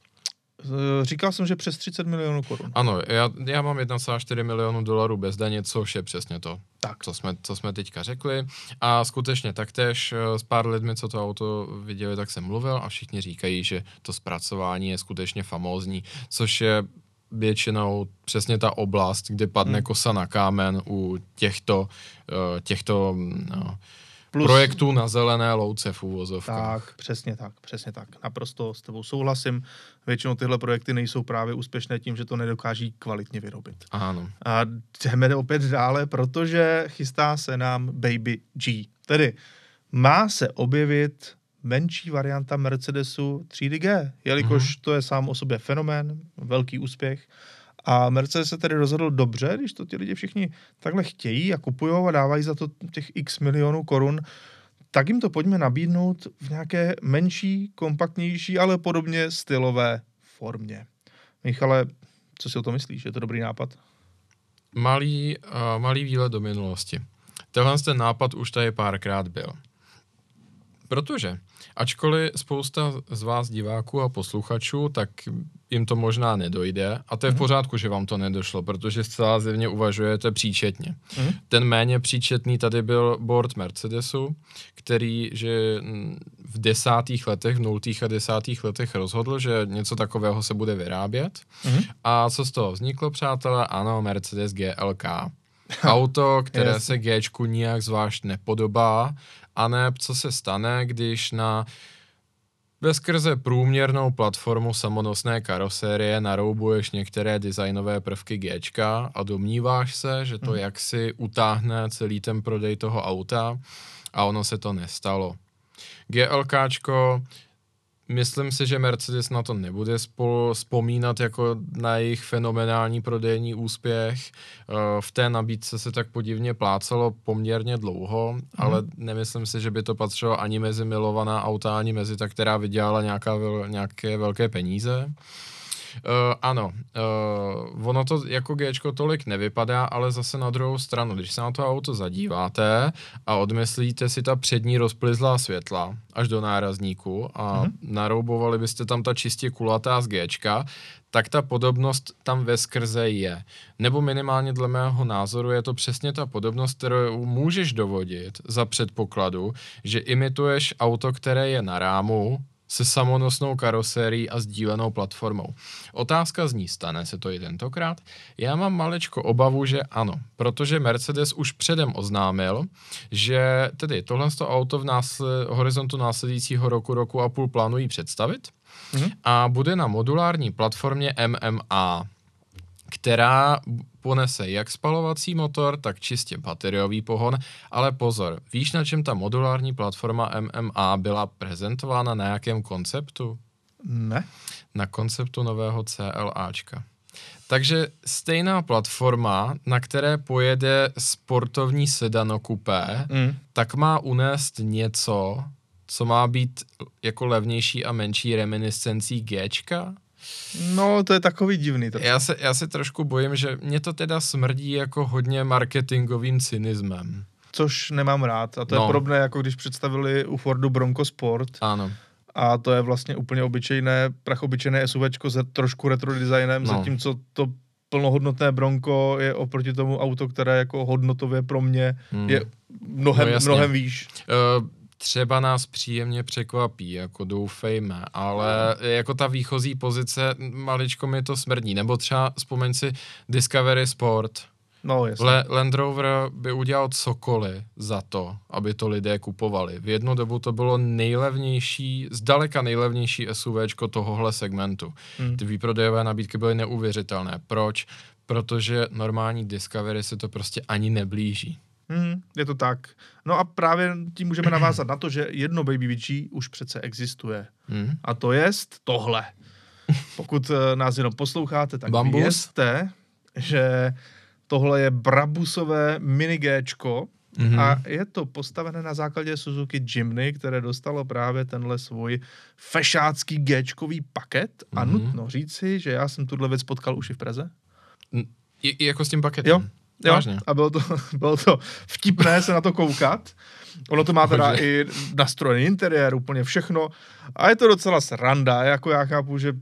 Říkal jsem, že přes třicet milionů korun. Ano, já, já mám jedna celá čtyři milionu dolarů bez daně, což je přesně to, tak. Co, jsme, co jsme teďka řekli. A skutečně taktéž s pár lidmi, co to auto viděli, tak jsem mluvil a všichni říkají, že to zpracování je skutečně famózní, což je většinou přesně ta oblast, kde padne hmm. kosa na kámen u těchto, těchto no, Plus, projektů na zelené louce v úvozovkách. Tak, přesně tak, přesně tak. Naprosto s tebou souhlasím. Většinou tyhle projekty nejsou právě úspěšné tím, že to nedokáží kvalitně vyrobit. Ano. A jdeme opět dále, protože chystá se nám Baby G. Tedy má se objevit menší varianta Mercedesu třídy G, jelikož mm-hmm. to je sám o sobě fenomén, velký úspěch. A Mercedes se tedy rozhodl dobře, když to ti lidi všichni takhle chtějí a kupujou a dávají za to těch x milionů korun, tak jim to pojďme nabídnout v nějaké menší, kompaktnější, ale podobně stylové formě. Michale, co si o to myslíš? Je to dobrý nápad? Malý, uh, malý výlet do minulosti. Tenhle ten nápad už tady párkrát byl. Protože, ačkoliv spousta z vás diváků a posluchačů, tak jim to možná nedojde a to je v pořádku, že vám to nedošlo, protože zcela zjevně uvažujete příčetně. Mm. Ten méně příčetný tady byl board Mercedesu, který že v desátých letech, v nultých a desátých letech rozhodl, že něco takového se bude vyrábět. Mm. A co z toho vzniklo, přátelé? Ano, Mercedes G L K. Auto, které se Gčku nijak zvlášť nepodobá, a ne, co se stane, když na veskrze průměrnou platformu samonosné karosérie naroubuješ některé designové prvky Gčka a domníváš se, že to jaksi utáhne celý ten prodej toho auta a ono se to nestalo. GLKčko, myslím si, že Mercedes na to nebude spolu vzpomínat jako na jejich fenomenální prodejní úspěch. V té nabídce se tak podivně plácalo poměrně dlouho, mm. ale nemyslím si, že by to patřilo ani mezi milovaná auta, ani mezi ta, která vydělala nějaká, nějaké velké peníze. Uh, ano, uh, ono to jako Gčko tolik nevypadá, ale zase na druhou stranu, když se na to auto zadíváte a odmyslíte si ta přední rozplizlá světla až do nárazníku a mm-hmm. naroubovali byste tam ta čistě kulatá z Gčka, tak ta podobnost tam veskrze je. Nebo minimálně dle mého názoru je to přesně ta podobnost, kterou můžeš dovodit za předpokladu, že imituješ auto, které je na rámu, se samonosnou karosérií a sdílenou platformou. Otázka zní, stane se to i tentokrát? Já mám malečko obavu, že ano, protože Mercedes už předem oznámil, že tedy tohle auto v násled, horizontu následujícího roku, roku a půl plánují představit mm-hmm. a bude na modulární platformě M M A, která ponese jak spalovací motor, tak čistě bateriový pohon, ale pozor, víš, na čem ta modulární platforma M M A byla prezentována, na jakém konceptu? Ne. Na konceptu nového CLAčka. Takže stejná platforma, na které pojede sportovní sedano coupé, mm. tak má unést něco, co má být jako levnější a menší reminiscencí Gčka? No, to je takový divný. Já se, já se trošku bojím, že mě to teda smrdí jako hodně marketingovým cynismem. Což nemám rád. A to no. je podobné, jako když představili u Fordu Bronco Sport. Ano. A to je vlastně úplně obyčejné, prachobyčejné SUVčko s trošku retro designem, no. zatímco to plnohodnotné Bronco je oproti tomu auto, které jako hodnotově pro mě hmm. je mnohem, no, mnohem výš. Uh, Třeba nás příjemně překvapí, jako doufejme, ale jako ta výchozí pozice, maličko mi to smrdí. Nebo třeba vzpomeň si Discovery Sport, No, jasně. Le- Land Rover by udělal cokoliv za to, aby to lidé kupovali. V jednu dobu to bylo nejlevnější, zdaleka nejlevnější SUVčko tohohle segmentu. Hmm. Ty výprodejové nabídky byly neuvěřitelné. Proč? Protože normální Discovery se to prostě ani neblíží. Hmm, je to tak. No a právě tím můžeme navázat na to, že jedno Baby bé gé už přece existuje. Hmm. A to jest tohle. Pokud nás jenom posloucháte, tak Bambus. vězte, že tohle je Brabusové mini Gčko mm-hmm. a je to postavené na základě Suzuki Jimny, které dostalo právě tenhle svůj fešácký Gčkový paket mm-hmm. a nutno říci, že já jsem tuhle věc potkal už i v Praze. I, i jako s tím paketem? Jo, jo. A bylo to, bylo to vtipné se na to koukat. Ono to má teda i nastrojený interiér, úplně všechno a je to docela sranda, jako já chápu, že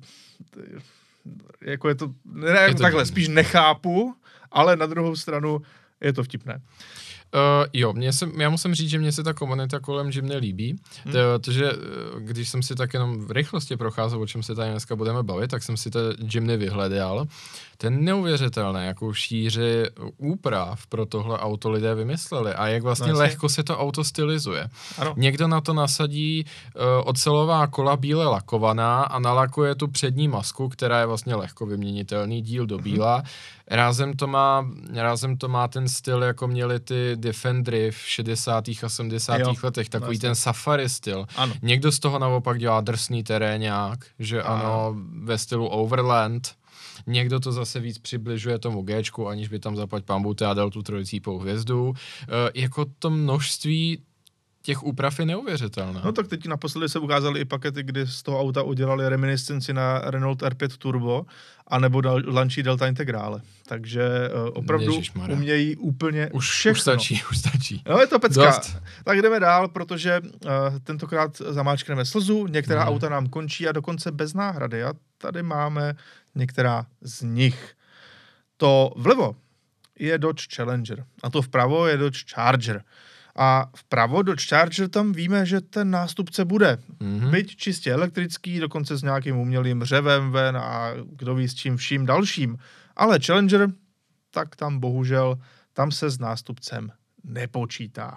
jako je to, ne, je to takhle, spíš nechápu, ale na druhou stranu je to vtipné. Uh, jo, mě se, já musím říct, že mě se ta komunita kolem Jimny líbí, hmm. protože když jsem si tak jenom v rychlosti procházel, o čem se tady dneska budeme bavit, tak jsem si to Jimny vyhledal. To je neuvěřitelné, jakou šíři úprav pro tohle auto lidé vymysleli a jak vlastně no, lehko se to auto stylizuje. Ano. Někdo na to nasadí uh, ocelová kola bíle lakovaná a nalakuje tu přední masku, která je vlastně lehko vyměnitelný díl do bíla. Hmm. Rázem to má, rázem to má ten styl, jako měli ty Defendery v šedesátých a sedmdesátých letech, takový vlastně ten safari styl. Ano. Někdo z toho naopak dělá drsný terénňák, že ano, ano ve stylu Overland. Někdo to zase víc přibližuje tomu Gčku, aniž by tam zaplať pambu a dal tu trojcípou hvězdu. E, jako to množství těch úprav je neuvěřitelné. No tak teď naposledy se ukázaly i pakety, kdy z toho auta udělali reminiscenci na Renault R pět Turbo anebo dal, Lancia Delta Integrále. Takže uh, opravdu Ježišmarja. Umějí úplně už, všechno. Už stačí, už stačí. No je to pecka. Dost. Tak jdeme dál, protože uh, tentokrát zamáčkneme slzu, některá hmm. auta nám končí a dokonce bez náhrady. A tady máme některá z nich. To vlevo je Dodge Challenger a to vpravo je Dodge Charger. A vpravo Dodge Charger tam víme, že ten nástupce bude. Mm-hmm. Byť čistě elektrický, dokonce s nějakým umělým řevem ven a kdo ví s čím vším dalším. Ale Challenger, tak tam bohužel, tam se s nástupcem nepočítá.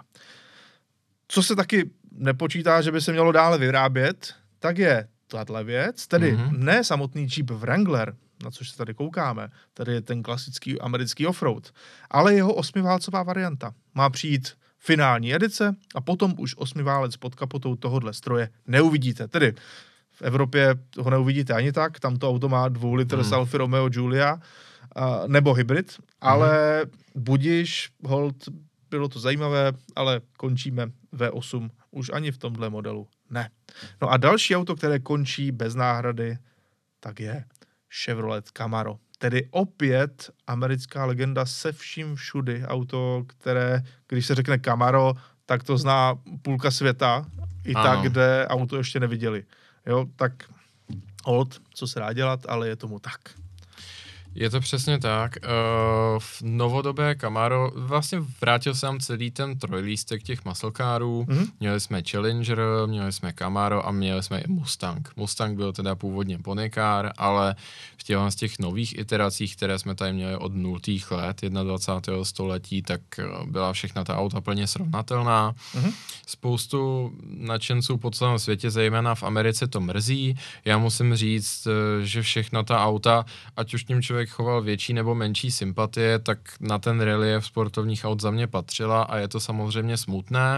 Co se taky nepočítá, že by se mělo dále vyrábět, tak je tahle věc, tedy mm-hmm. ne samotný Jeep Wrangler, na což se tady koukáme, tady je ten klasický americký offroad, ale jeho osmiválcová varianta. Má přijít finální edice a potom už osmiválec pod kapotou tohohle stroje neuvidíte. Tedy v Evropě ho neuvidíte ani tak, tam to auto má dvou litr mm. Alfa Romeo Giulia, uh, nebo hybrid, mm. ale budiš, hold, bylo to zajímavé, ale končíme V osm už ani v tomhle modelu ne. No a další auto, které končí bez náhrady, tak je Chevrolet Camaro. Tedy opět americká legenda se vším všudy. Auto, které, když se řekne Camaro, tak to zná půlka světa. I ano. Tak, kde auto ještě neviděli. Jo, tak hold, co se dá dělat, ale je tomu tak. Je to přesně tak. Uh, v novodobé Camaro vlastně vrátil se nám celý ten trojlístek těch musclecárů. Mm-hmm. Měli jsme Challenger, měli jsme Camaro a měli jsme i Mustang. Mustang byl teda původně ponycar, ale v těch, z těch nových iteracích, které jsme tady měli od nultých let dvacátého prvního století, tak byla všechna ta auta plně srovnatelná. Mm-hmm. Spoustu nadšenců po celém světě, zejména v Americe, to mrzí. Já musím říct, že všechna ta auta, ať už tím člověk choval větší nebo menší sympatie, tak na ten relief sportovních aut za mě patřila a je to samozřejmě smutné.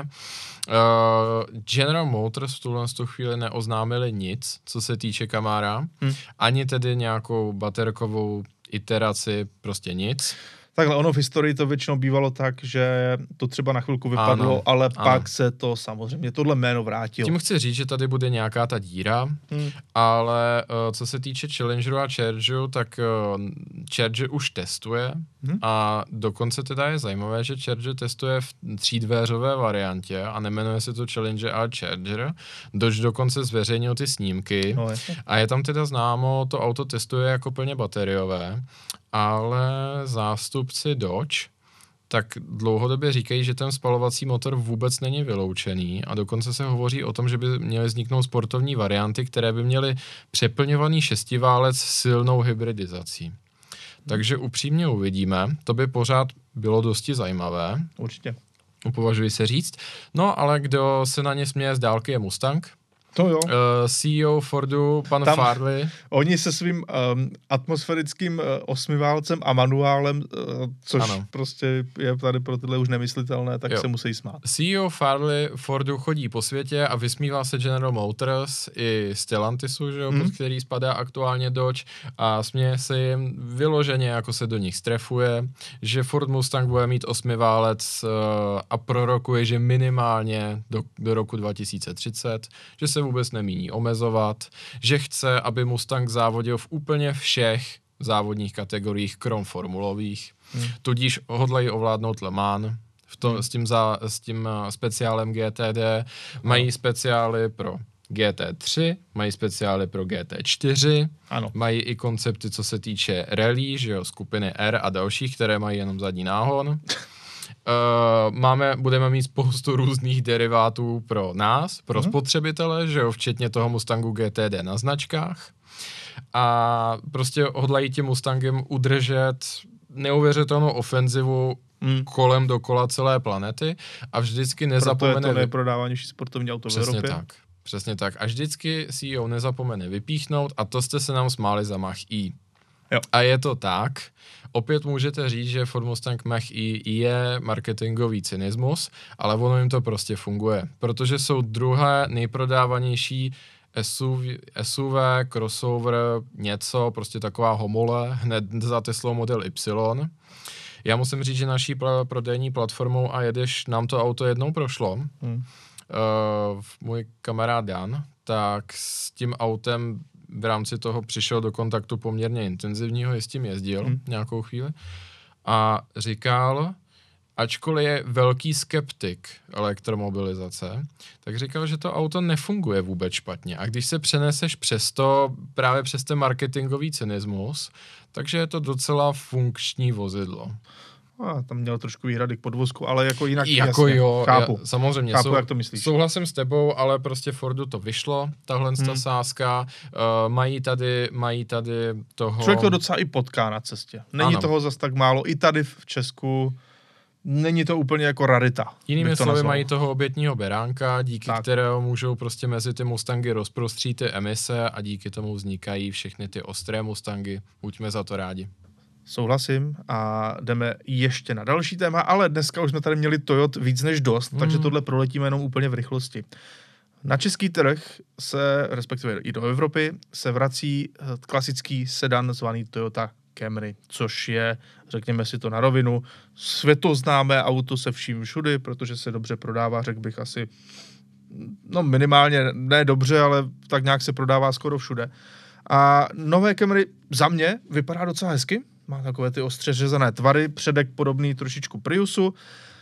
Uh, General Motors v tuhle chvíli neoznámili nic, co se týče Camara, hmm. ani tedy nějakou baterkovou iteraci, prostě nic. Takhle, ono v historii to většinou bývalo tak, že to třeba na chvilku vypadlo, ano, ale ano. Pak se to samozřejmě, tohle jméno vrátilo. Tím chci říct, že tady bude nějaká ta díra, hmm. ale uh, co se týče Challengeru a Chargeru, tak uh, Charger už testuje hmm. a dokonce teda je zajímavé, že Charger testuje v třídvéřové variantě a nemenuje se to Challenger a Charger. Dodge dokonce zveřejnil ty snímky no, a je tam teda známo, to auto testuje jako plně bateriové, ale zástupci Dodge tak dlouhodobě říkají, že ten spalovací motor vůbec není vyloučený a dokonce se hovoří o tom, že by měly vzniknout sportovní varianty, které by měly přeplňovaný šestiválec s silnou hybridizací. Takže upřímně uvidíme, to by pořád bylo dosti zajímavé. Určitě. Považuji se říct. No, ale kdo se na ně směje z dálky je Mustang. To jo. Uh, C E O Fordu, pan Tam Farley. Oni se svým um, atmosférickým uh, osmiválcem a manuálem, uh, což ano. prostě je tady pro tyhle už nemyslitelné, tak jo. se musí smát. C E O Farley Fordu chodí po světě a vysmívá se General Motors i Stellantisu, že jo, hmm. pod který spadá aktuálně Dodge a směje se jim vyloženě, jako se do nich strefuje, že Ford Mustang bude mít osmiválec uh, a prorokuje, že minimálně do, do roku dva tisíce třicet, že se vůbec nemíní omezovat, že chce, aby Mustang závodil v úplně všech závodních kategoriích, krom formulových. Hmm. Tudíž hodlají ovládnout Le Mans v to, hmm. s, tím za, s tím speciálem G T D. Mají speciály pro G T tři, mají speciály pro G T čtyři, ano. Mají i koncepty, co se týče rally, že jo, skupiny R a dalších, které mají jenom zadní náhon. Uh, máme, budeme mít spoustu různých derivátů pro nás, pro mm-hmm. spotřebitele, že jo, včetně toho Mustangu G T D na značkách. A prostě hodlají tím Mustangem udržet neuvěřitelnou ofenzivu mm. kolem dokola celé planety a vždycky nezapomene... Proto je to nejprodávanější sportovní auto v Evropě. Přesně tak. Přesně tak. A vždycky C E O nezapomene vypíchnout a to jste se nám smáli za Mach-E. Jo. A je to tak. Opět můžete říct, že Ford Mustang Mach-E je marketingový cynismus, ale ono jim to prostě funguje. Protože jsou druhé nejprodávanější S U V, S U V, crossover, něco, prostě taková homole, hned za Teslou Model Y. Já musím říct, že naší pl- prodejní platformou a jedeš, nám to auto jednou prošlo. Hmm. Uh, můj kamarád Jan, tak s tím autem v rámci toho přišel do kontaktu poměrně intenzivního, s tím jezdil hmm. nějakou chvíli a říkal, ačkoliv je velký skeptik elektromobilizace, tak říkal, že to auto nefunguje vůbec špatně. A když se přeneseš přes to, právě přes ten marketingový cynismus, takže je to docela funkční vozidlo. A tam měl trošku výhrady k podvozku, ale jako jinak jako jasně, jo, chápu. Já, samozřejmě, chápu, sou, jak to myslíš. Souhlasím s tebou, ale prostě Fordu to vyšlo, tahle hmm. ta sázka, uh, mají tady, mají tady toho... Člověk to docela i potká na cestě. Není ano. toho zas tak málo, i tady v Česku není to úplně jako rarita. Jinými slovy mají toho obětního beránka, díky tak. kterého můžou prostě mezi ty Mustangy rozprostřít ty emise a díky tomu vznikají všechny ty ostré Mustangy. Buďme za to rádi. Souhlasím a jdeme ještě na další téma, ale dneska už jsme tady měli Toyota víc než dost, mm. takže tohle proletíme jenom úplně v rychlosti. Na český trh se, respektive i do Evropy, se vrací klasický sedan zvaný Toyota Camry, což je, řekněme si to na rovinu, světoznámé auto se vším všudy, protože se dobře prodává, řekl bych asi, no minimálně ne dobře, ale tak nějak se prodává skoro všude. A nové Camry za mě vypadá docela hezky, má takové ty ostře řezané tvary, předek podobný trošičku Priusu.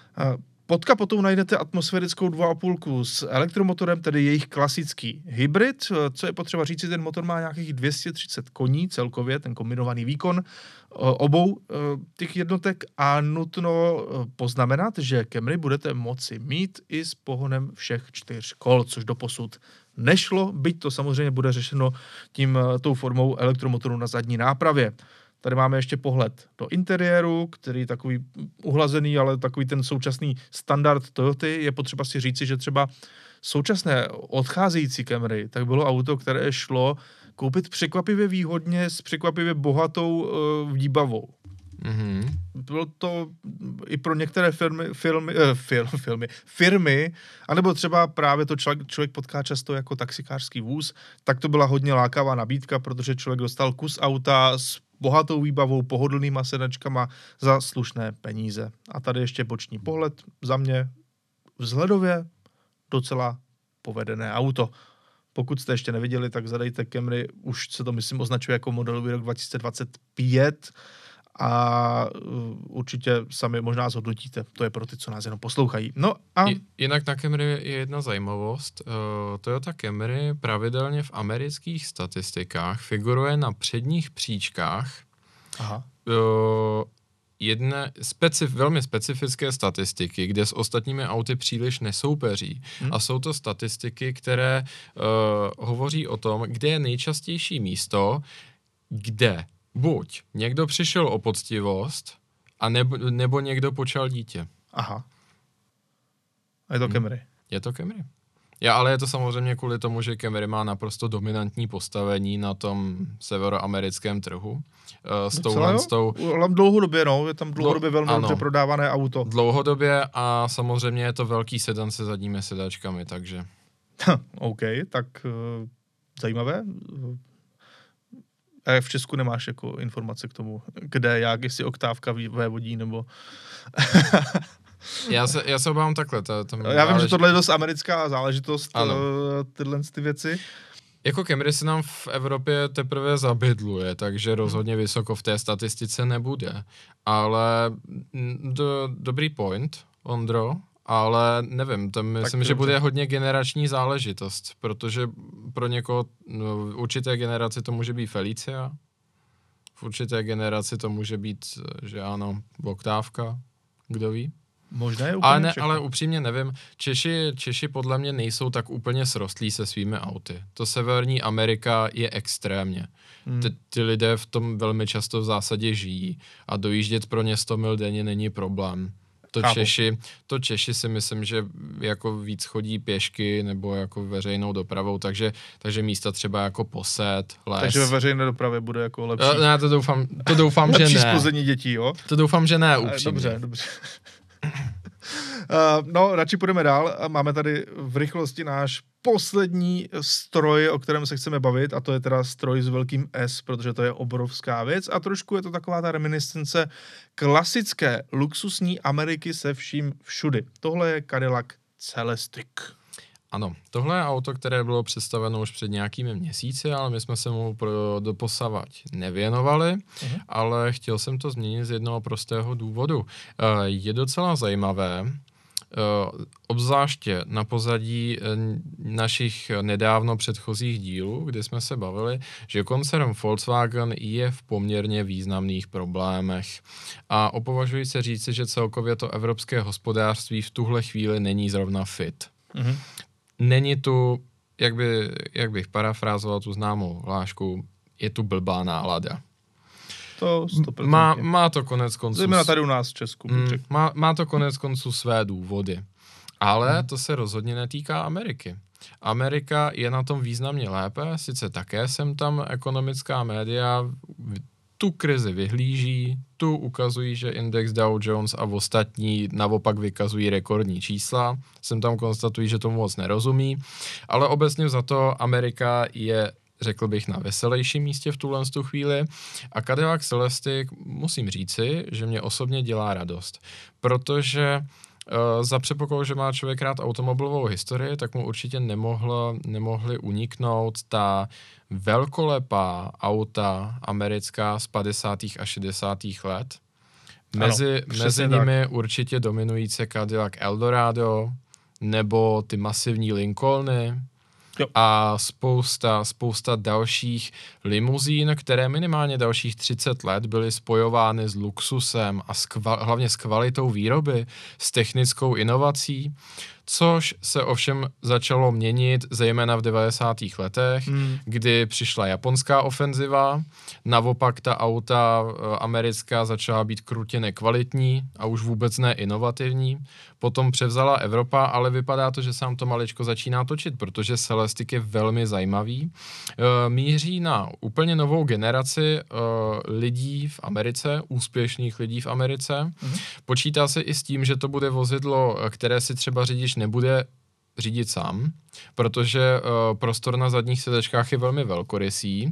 Pod kapotou najdete atmosférickou dva a půl s elektromotorem, tedy jejich klasický hybrid. Co je potřeba říct, ten motor má nějakých dvě stě třicet koní celkově, ten kombinovaný výkon obou těch jednotek a nutno poznamenat, že Camry budete moci mít i s pohonem všech čtyř kol, což doposud nešlo, byť to samozřejmě bude řešeno tím tou formou elektromotoru na zadní nápravě. Tady máme ještě pohled do interiéru, který je takový uhlazený, ale takový ten současný standard Toyoty. Je potřeba si říci, že třeba současné odcházející Camry, tak bylo auto, které šlo koupit překvapivě výhodně s překvapivě bohatou uh, výbavou. Mm-hmm. Bylo to i pro některé firmy, filmy, eh, fil, filmy, firmy, anebo třeba právě to člověk, člověk potká často jako taxikářský vůz, tak to byla hodně lákavá nabídka, protože člověk dostal kus auta s bohatou výbavou, pohodlnýma sedačkama za slušné peníze. A tady ještě boční pohled, za mě vzhledově docela povedené auto. Pokud jste ještě neviděli, tak zadejte Camry, už se to myslím označuje jako modelový rok dva tisíce dvacet pět a určitě sami možná zhodnotíte. To je pro ty, co nás jenom poslouchají. No a... Jinak na Camry je jedna zajímavost. Uh, Toyota Camry pravidelně v amerických statistikách figuruje na předních příčkách. Aha. Uh, jedné specif, velmi specifické statistiky, kde s ostatními auty příliš nesoupeří. Hmm. A jsou to statistiky, které uh, hovoří o tom, kde je nejčastější místo, kde buď někdo přišel o poctivost, a nebo, nebo někdo počal dítě. Aha. A je to Camry. Hmm. Je to Camry. Já, ale je to samozřejmě kvůli tomu, že Camry má naprosto dominantní postavení na tom severoamerickém trhu. Uh, s touhle, s tou... Dlouhodobě, no. Je tam dlouhodobě velmi ano, dobře prodávané auto. Dlouhodobě a samozřejmě je to velký sedan se zadními sedačkami, takže... OK, tak uh, zajímavé. A v Česku nemáš jako informace k tomu, kde, jak, jestli oktávka vévodí, nebo... já, se, já se obávám takhle. To, to já záleží... vím, že tohle je dost americká záležitost, ano. tyhle ty věci. Jako Camry se nám v Evropě teprve zabydluje, takže rozhodně vysoko v té statistice nebude. Ale do, dobrý point, Ondro, ale nevím, tam myslím, že bude hodně generační záležitost, protože pro někoho no, v určité generaci to může být Felicia, v určité generaci to může být, že ano, oktávka, kdo ví. Možná je úplně ale, ne, ale upřímně nevím, Češi, Češi podle mě nejsou tak úplně srostlí se svými auty. To Severní Amerika je extrémně. Hmm. Ty, ty lidé v tom velmi často v zásadě žijí a dojíždět pro ně sto mil denně není problém. To Češi, to Češi si myslím, že jako víc chodí pěšky nebo jako veřejnou dopravou, takže, takže místa třeba jako Posed, les. Takže ve veřejné dopravě bude jako lepší. Ne, to doufám, to doufám že ne. Lepší spození dětí, jo? To doufám, že ne, upřímně. Dobře, dobře. Uh, no, radši půjdeme dál. Máme tady v rychlosti náš poslední stroj, o kterém se chceme bavit, a to je teda stroj s velkým S, protože to je obrovská věc a trošku je to taková ta reminiscence klasické luxusní Ameriky se vším všudy. Tohle je Cadillac Celestiq. Ano, tohle je auto, které bylo představeno už před nějakými měsíci, ale my jsme se mu pro doposavať nevěnovali, uh-huh. ale chtěl jsem to změnit z jednoho prostého důvodu. Uh, je docela zajímavé, uh, obzvláště na pozadí uh, našich nedávno předchozích dílů, kdy jsme se bavili, že koncern Volkswagen je v poměrně významných problémech. A opovažuji se říci, že celkově to evropské hospodářství v tuhle chvíli není zrovna fit. Uh-huh. Není tu, jak, by, jak bych parafrázoval tu známou hlášku, je tu blbá nálada. To má, má to konec konců... Zejména tady u nás v Česku. Mm, má, má to konec konců své důvody. Ale hmm. to se rozhodně netýká Ameriky. Amerika je na tom významně lépe, sice také jsem tam ekonomická média tu krizi vyhlíží, tu ukazují, že index Dow Jones a ostatní naopak vykazují rekordní čísla. Sem tam konstatují, že tomu moc nerozumí, ale obecně za to Amerika je, řekl bych, na veselějším místě v tuhle chvíli a Cadillac Celestiq musím říci, že mě osobně dělá radost, protože Uh, za předpokladu, že má člověk rád automobilovou historii, tak mu určitě nemohla, nemohly uniknout ta velkolepá auta americká z padesátých a šedesátých let. Mezi, ano, mezi nimi tak. určitě dominující Cadillac Eldorado nebo ty masivní Lincolny. Jo. A spousta, spousta dalších limuzín, které minimálně dalších třicet let byly spojovány s luxusem a s kval, hlavně s kvalitou výroby, s technickou inovací, což se ovšem začalo měnit zejména v devadesátých letech, hmm. kdy přišla japonská ofenziva, naopak ta auta americká začala být krutě nekvalitní a už vůbec ne inovativní. Potom převzala Evropa, ale vypadá to, že se nám to maličko začíná točit, protože Celestiq je velmi zajímavý. E, míří na úplně novou generaci e, lidí v Americe, úspěšných lidí v Americe. Hmm. Počítá se i s tím, že to bude vozidlo, které si třeba řidič nebude řídit sám, protože uh, prostor na zadních sedačkách je velmi velkorysý.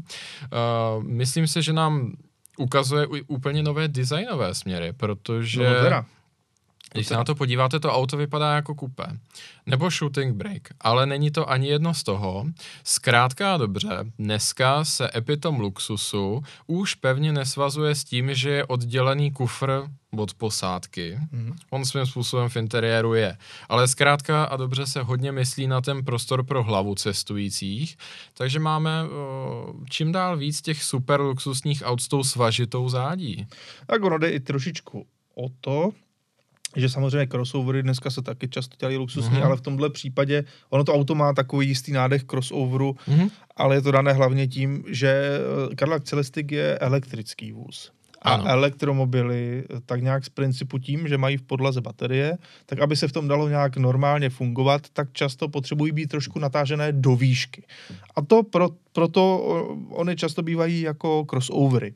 Uh, myslím si, že nám ukazuje u, úplně nové designové směry, protože... No, když se na to podíváte, to auto vypadá jako kupé. Nebo shooting brake, ale není to ani jedno z toho. Zkrátka a dobře, dneska se epitom luxusu už pevně nesvazuje s tím, že je oddělený kufr od posádky. Mm-hmm. On svým způsobem v interiéru je. Ale zkrátka a dobře se hodně myslí na ten prostor pro hlavu cestujících. Takže máme o, čím dál víc těch super luxusních aut s tou svažitou zádí. Tak ono jde i trošičku o to, že samozřejmě crossovery dneska se taky často dělají luxusní, mm-hmm. ale v tomhle případě ono to auto má takový jistý nádech crossoveru, mm-hmm. ale je to dané hlavně tím, že Cadillac Celestiq je elektrický vůz. A ano. elektromobily tak nějak z principu tím, že mají v podlaze baterie, tak aby se v tom dalo nějak normálně fungovat, tak často potřebují být trošku natážené do výšky. A to pro, proto oni často bývají jako crossovery.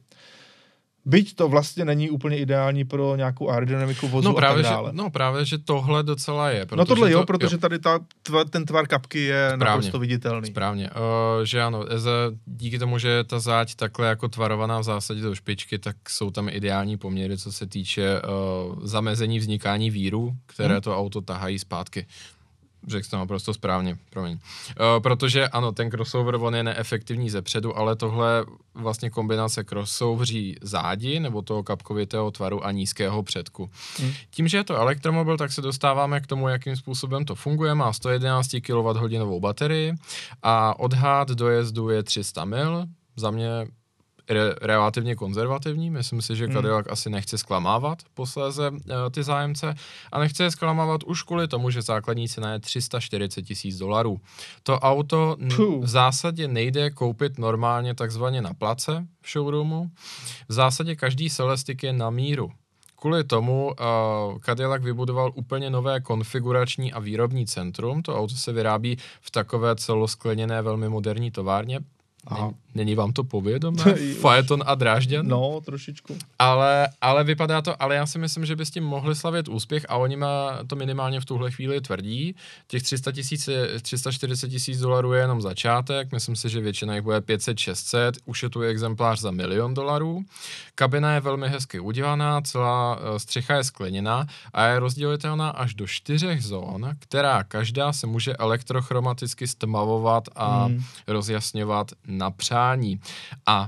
Byť to vlastně není úplně ideální pro nějakou aerodynamiku vozu no právě, a tak dále. Že, no právě, že tohle docela je. No tohle jo, to, protože jo. tady ta, tva, ten tvar kapky je správně, naprosto viditelný. Správně. Uh, že ano, díky tomu, že je ta záď takhle jako tvarovaná v zásadě do špičky, tak jsou tam ideální poměry, co se týče uh, zamezení vznikání vírů, které hmm. to auto tahají zpátky. Řekl to naprosto správně, promiň. Uh, protože ano, ten crossover, on je neefektivní zepředu, ale tohle vlastně kombinace crossoveří zádi, nebo toho kapkovitého tvaru a nízkého předku. Hmm. Tím, že je to elektromobil, tak se dostáváme k tomu, jakým způsobem to funguje. Má sto jedenáct kilowatthodin baterii a odhad dojezdu je tři sta mil. Za mě Re, relativně konzervativní, myslím si, že Cadillac hmm. asi nechce zklamávat posléze uh, ty zájemce a nechce je zklamávat už kvůli tomu, že základní cena je tři sta čtyřicet tisíc dolarů. To auto n- v zásadě nejde koupit normálně takzvaně na place v showroomu. V zásadě každý Celestiq je na míru. Kvůli tomu uh, Cadillac vybudoval úplně nové konfigurační a výrobní centrum. To auto se vyrábí v takové celoskleněné, velmi moderní továrně. Není, není vám to povědomé? Phaeton a Drážďan? No, trošičku. Ale, ale vypadá to, ale já si myslím, že by s tím mohli slavit úspěch a oni má to minimálně v tuhle chvíli tvrdí. Těch tři sta tisíc, tři sta čtyřicet tisíc dolarů je jenom začátek, myslím si, že většina jich bude pět set šest set, už je tu exemplář za milion dolarů. Kabina je velmi hezky udělaná, celá střecha je skleněná a je rozdělitelná až do čtyřech zón, která každá se může elektrochromaticky stmavovat a hmm. rozjasňovat na přání. A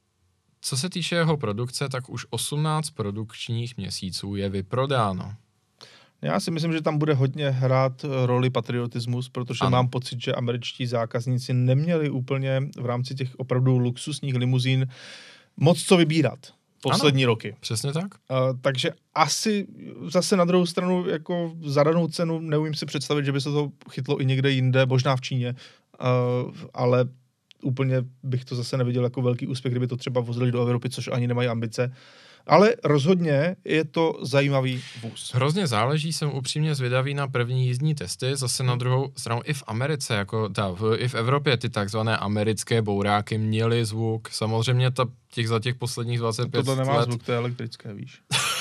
co se týče jeho produkce, tak už osmnáct produkčních měsíců je vyprodáno. Já si myslím, že tam bude hodně hrát roli patriotismus, protože ano. mám pocit, že američtí zákazníci neměli úplně v rámci těch opravdu luxusních limuzín moc co vybírat poslední ano, roky. Přesně tak. Uh, takže asi zase na druhou stranu jako za danou cenu neumím si představit, že by se to chytlo i někde jinde, možná v Číně, uh, ale úplně bych to zase neviděl jako velký úspěch, kdyby to třeba vozili do Evropy, což ani nemají ambice. Ale rozhodně je to zajímavý vůz. Hrozně záleží, jsem upřímně zvědavý na první jízdní testy, zase na druhou stranu i v Americe, jako ta, v, i v Evropě ty takzvané americké bouráky měly zvuk. Samozřejmě ta, těch za těch posledních dvacet pět let... Tohle nemá zvuk, to je elektrické, víš.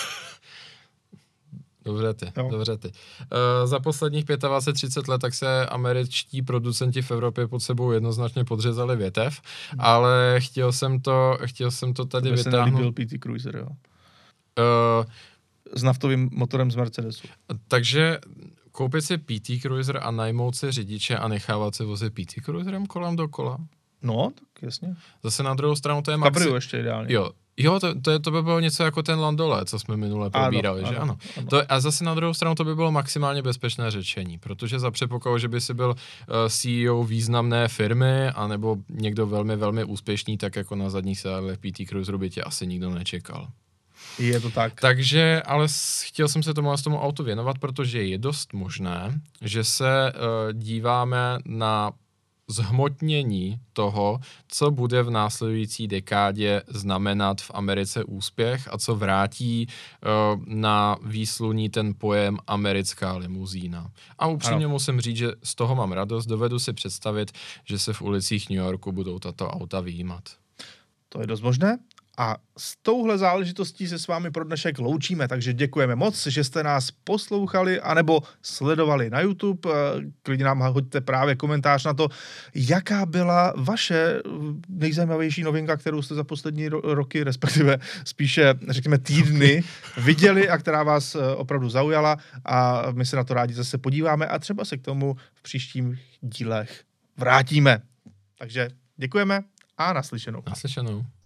Dobře ty, jo. dobře ty. Uh, za posledních dvacet pět třicet let tak se američtí producenti v Evropě pod sebou jednoznačně podřezali větev, hmm. ale chtěl jsem to, chtěl jsem to tady vytáhnout. To by se nelíbil P T Cruiser, jo? Uh, S naftovým motorem z Mercedesu. Takže koupit si P T Cruiser a najmout si řidiče a nechávat si vozit P T Cruiserem kolem dokola? No, tak jasně. Zase na druhou stranu to je maxi... Cabriu ještě ideálně. Jo. Jo, to, to, je, to by bylo něco jako ten Landole, co jsme minule probírali, ano, že ano. ano. To, a zase na druhou stranu to by bylo maximálně bezpečné řešení, protože za předpokladu, že by si byl uh, C E O významné firmy, anebo někdo velmi, velmi úspěšný, tak jako na zadních sedadlech P T Cruiseru by tě asi nikdo nečekal. Je to tak. Takže, ale chtěl jsem se tomu, tomu autu věnovat, protože je dost možné, že se uh, díváme na zhmotnění toho, co bude v následující dekádě znamenat v Americe úspěch a co vrátí uh, na výsluní ten pojem americká limuzína. A upřímně ano. musím říct, že z toho mám radost, dovedu si představit, že se v ulicích New Yorku budou tato auta vyjímat. To je dost možné. A s touhle záležitostí se s vámi pro dnešek loučíme, takže děkujeme moc, že jste nás poslouchali anebo sledovali na YouTube. Klidně nám hoďte právě komentář na to, jaká byla vaše nejzajímavější novinka, kterou jste za poslední ro- roky, respektive spíše, řekněme, týdny viděli a která vás opravdu zaujala a my se na to rádi zase podíváme a třeba se k tomu v příštím dílech vrátíme. Takže děkujeme a naslyšenou. Naslyšenou.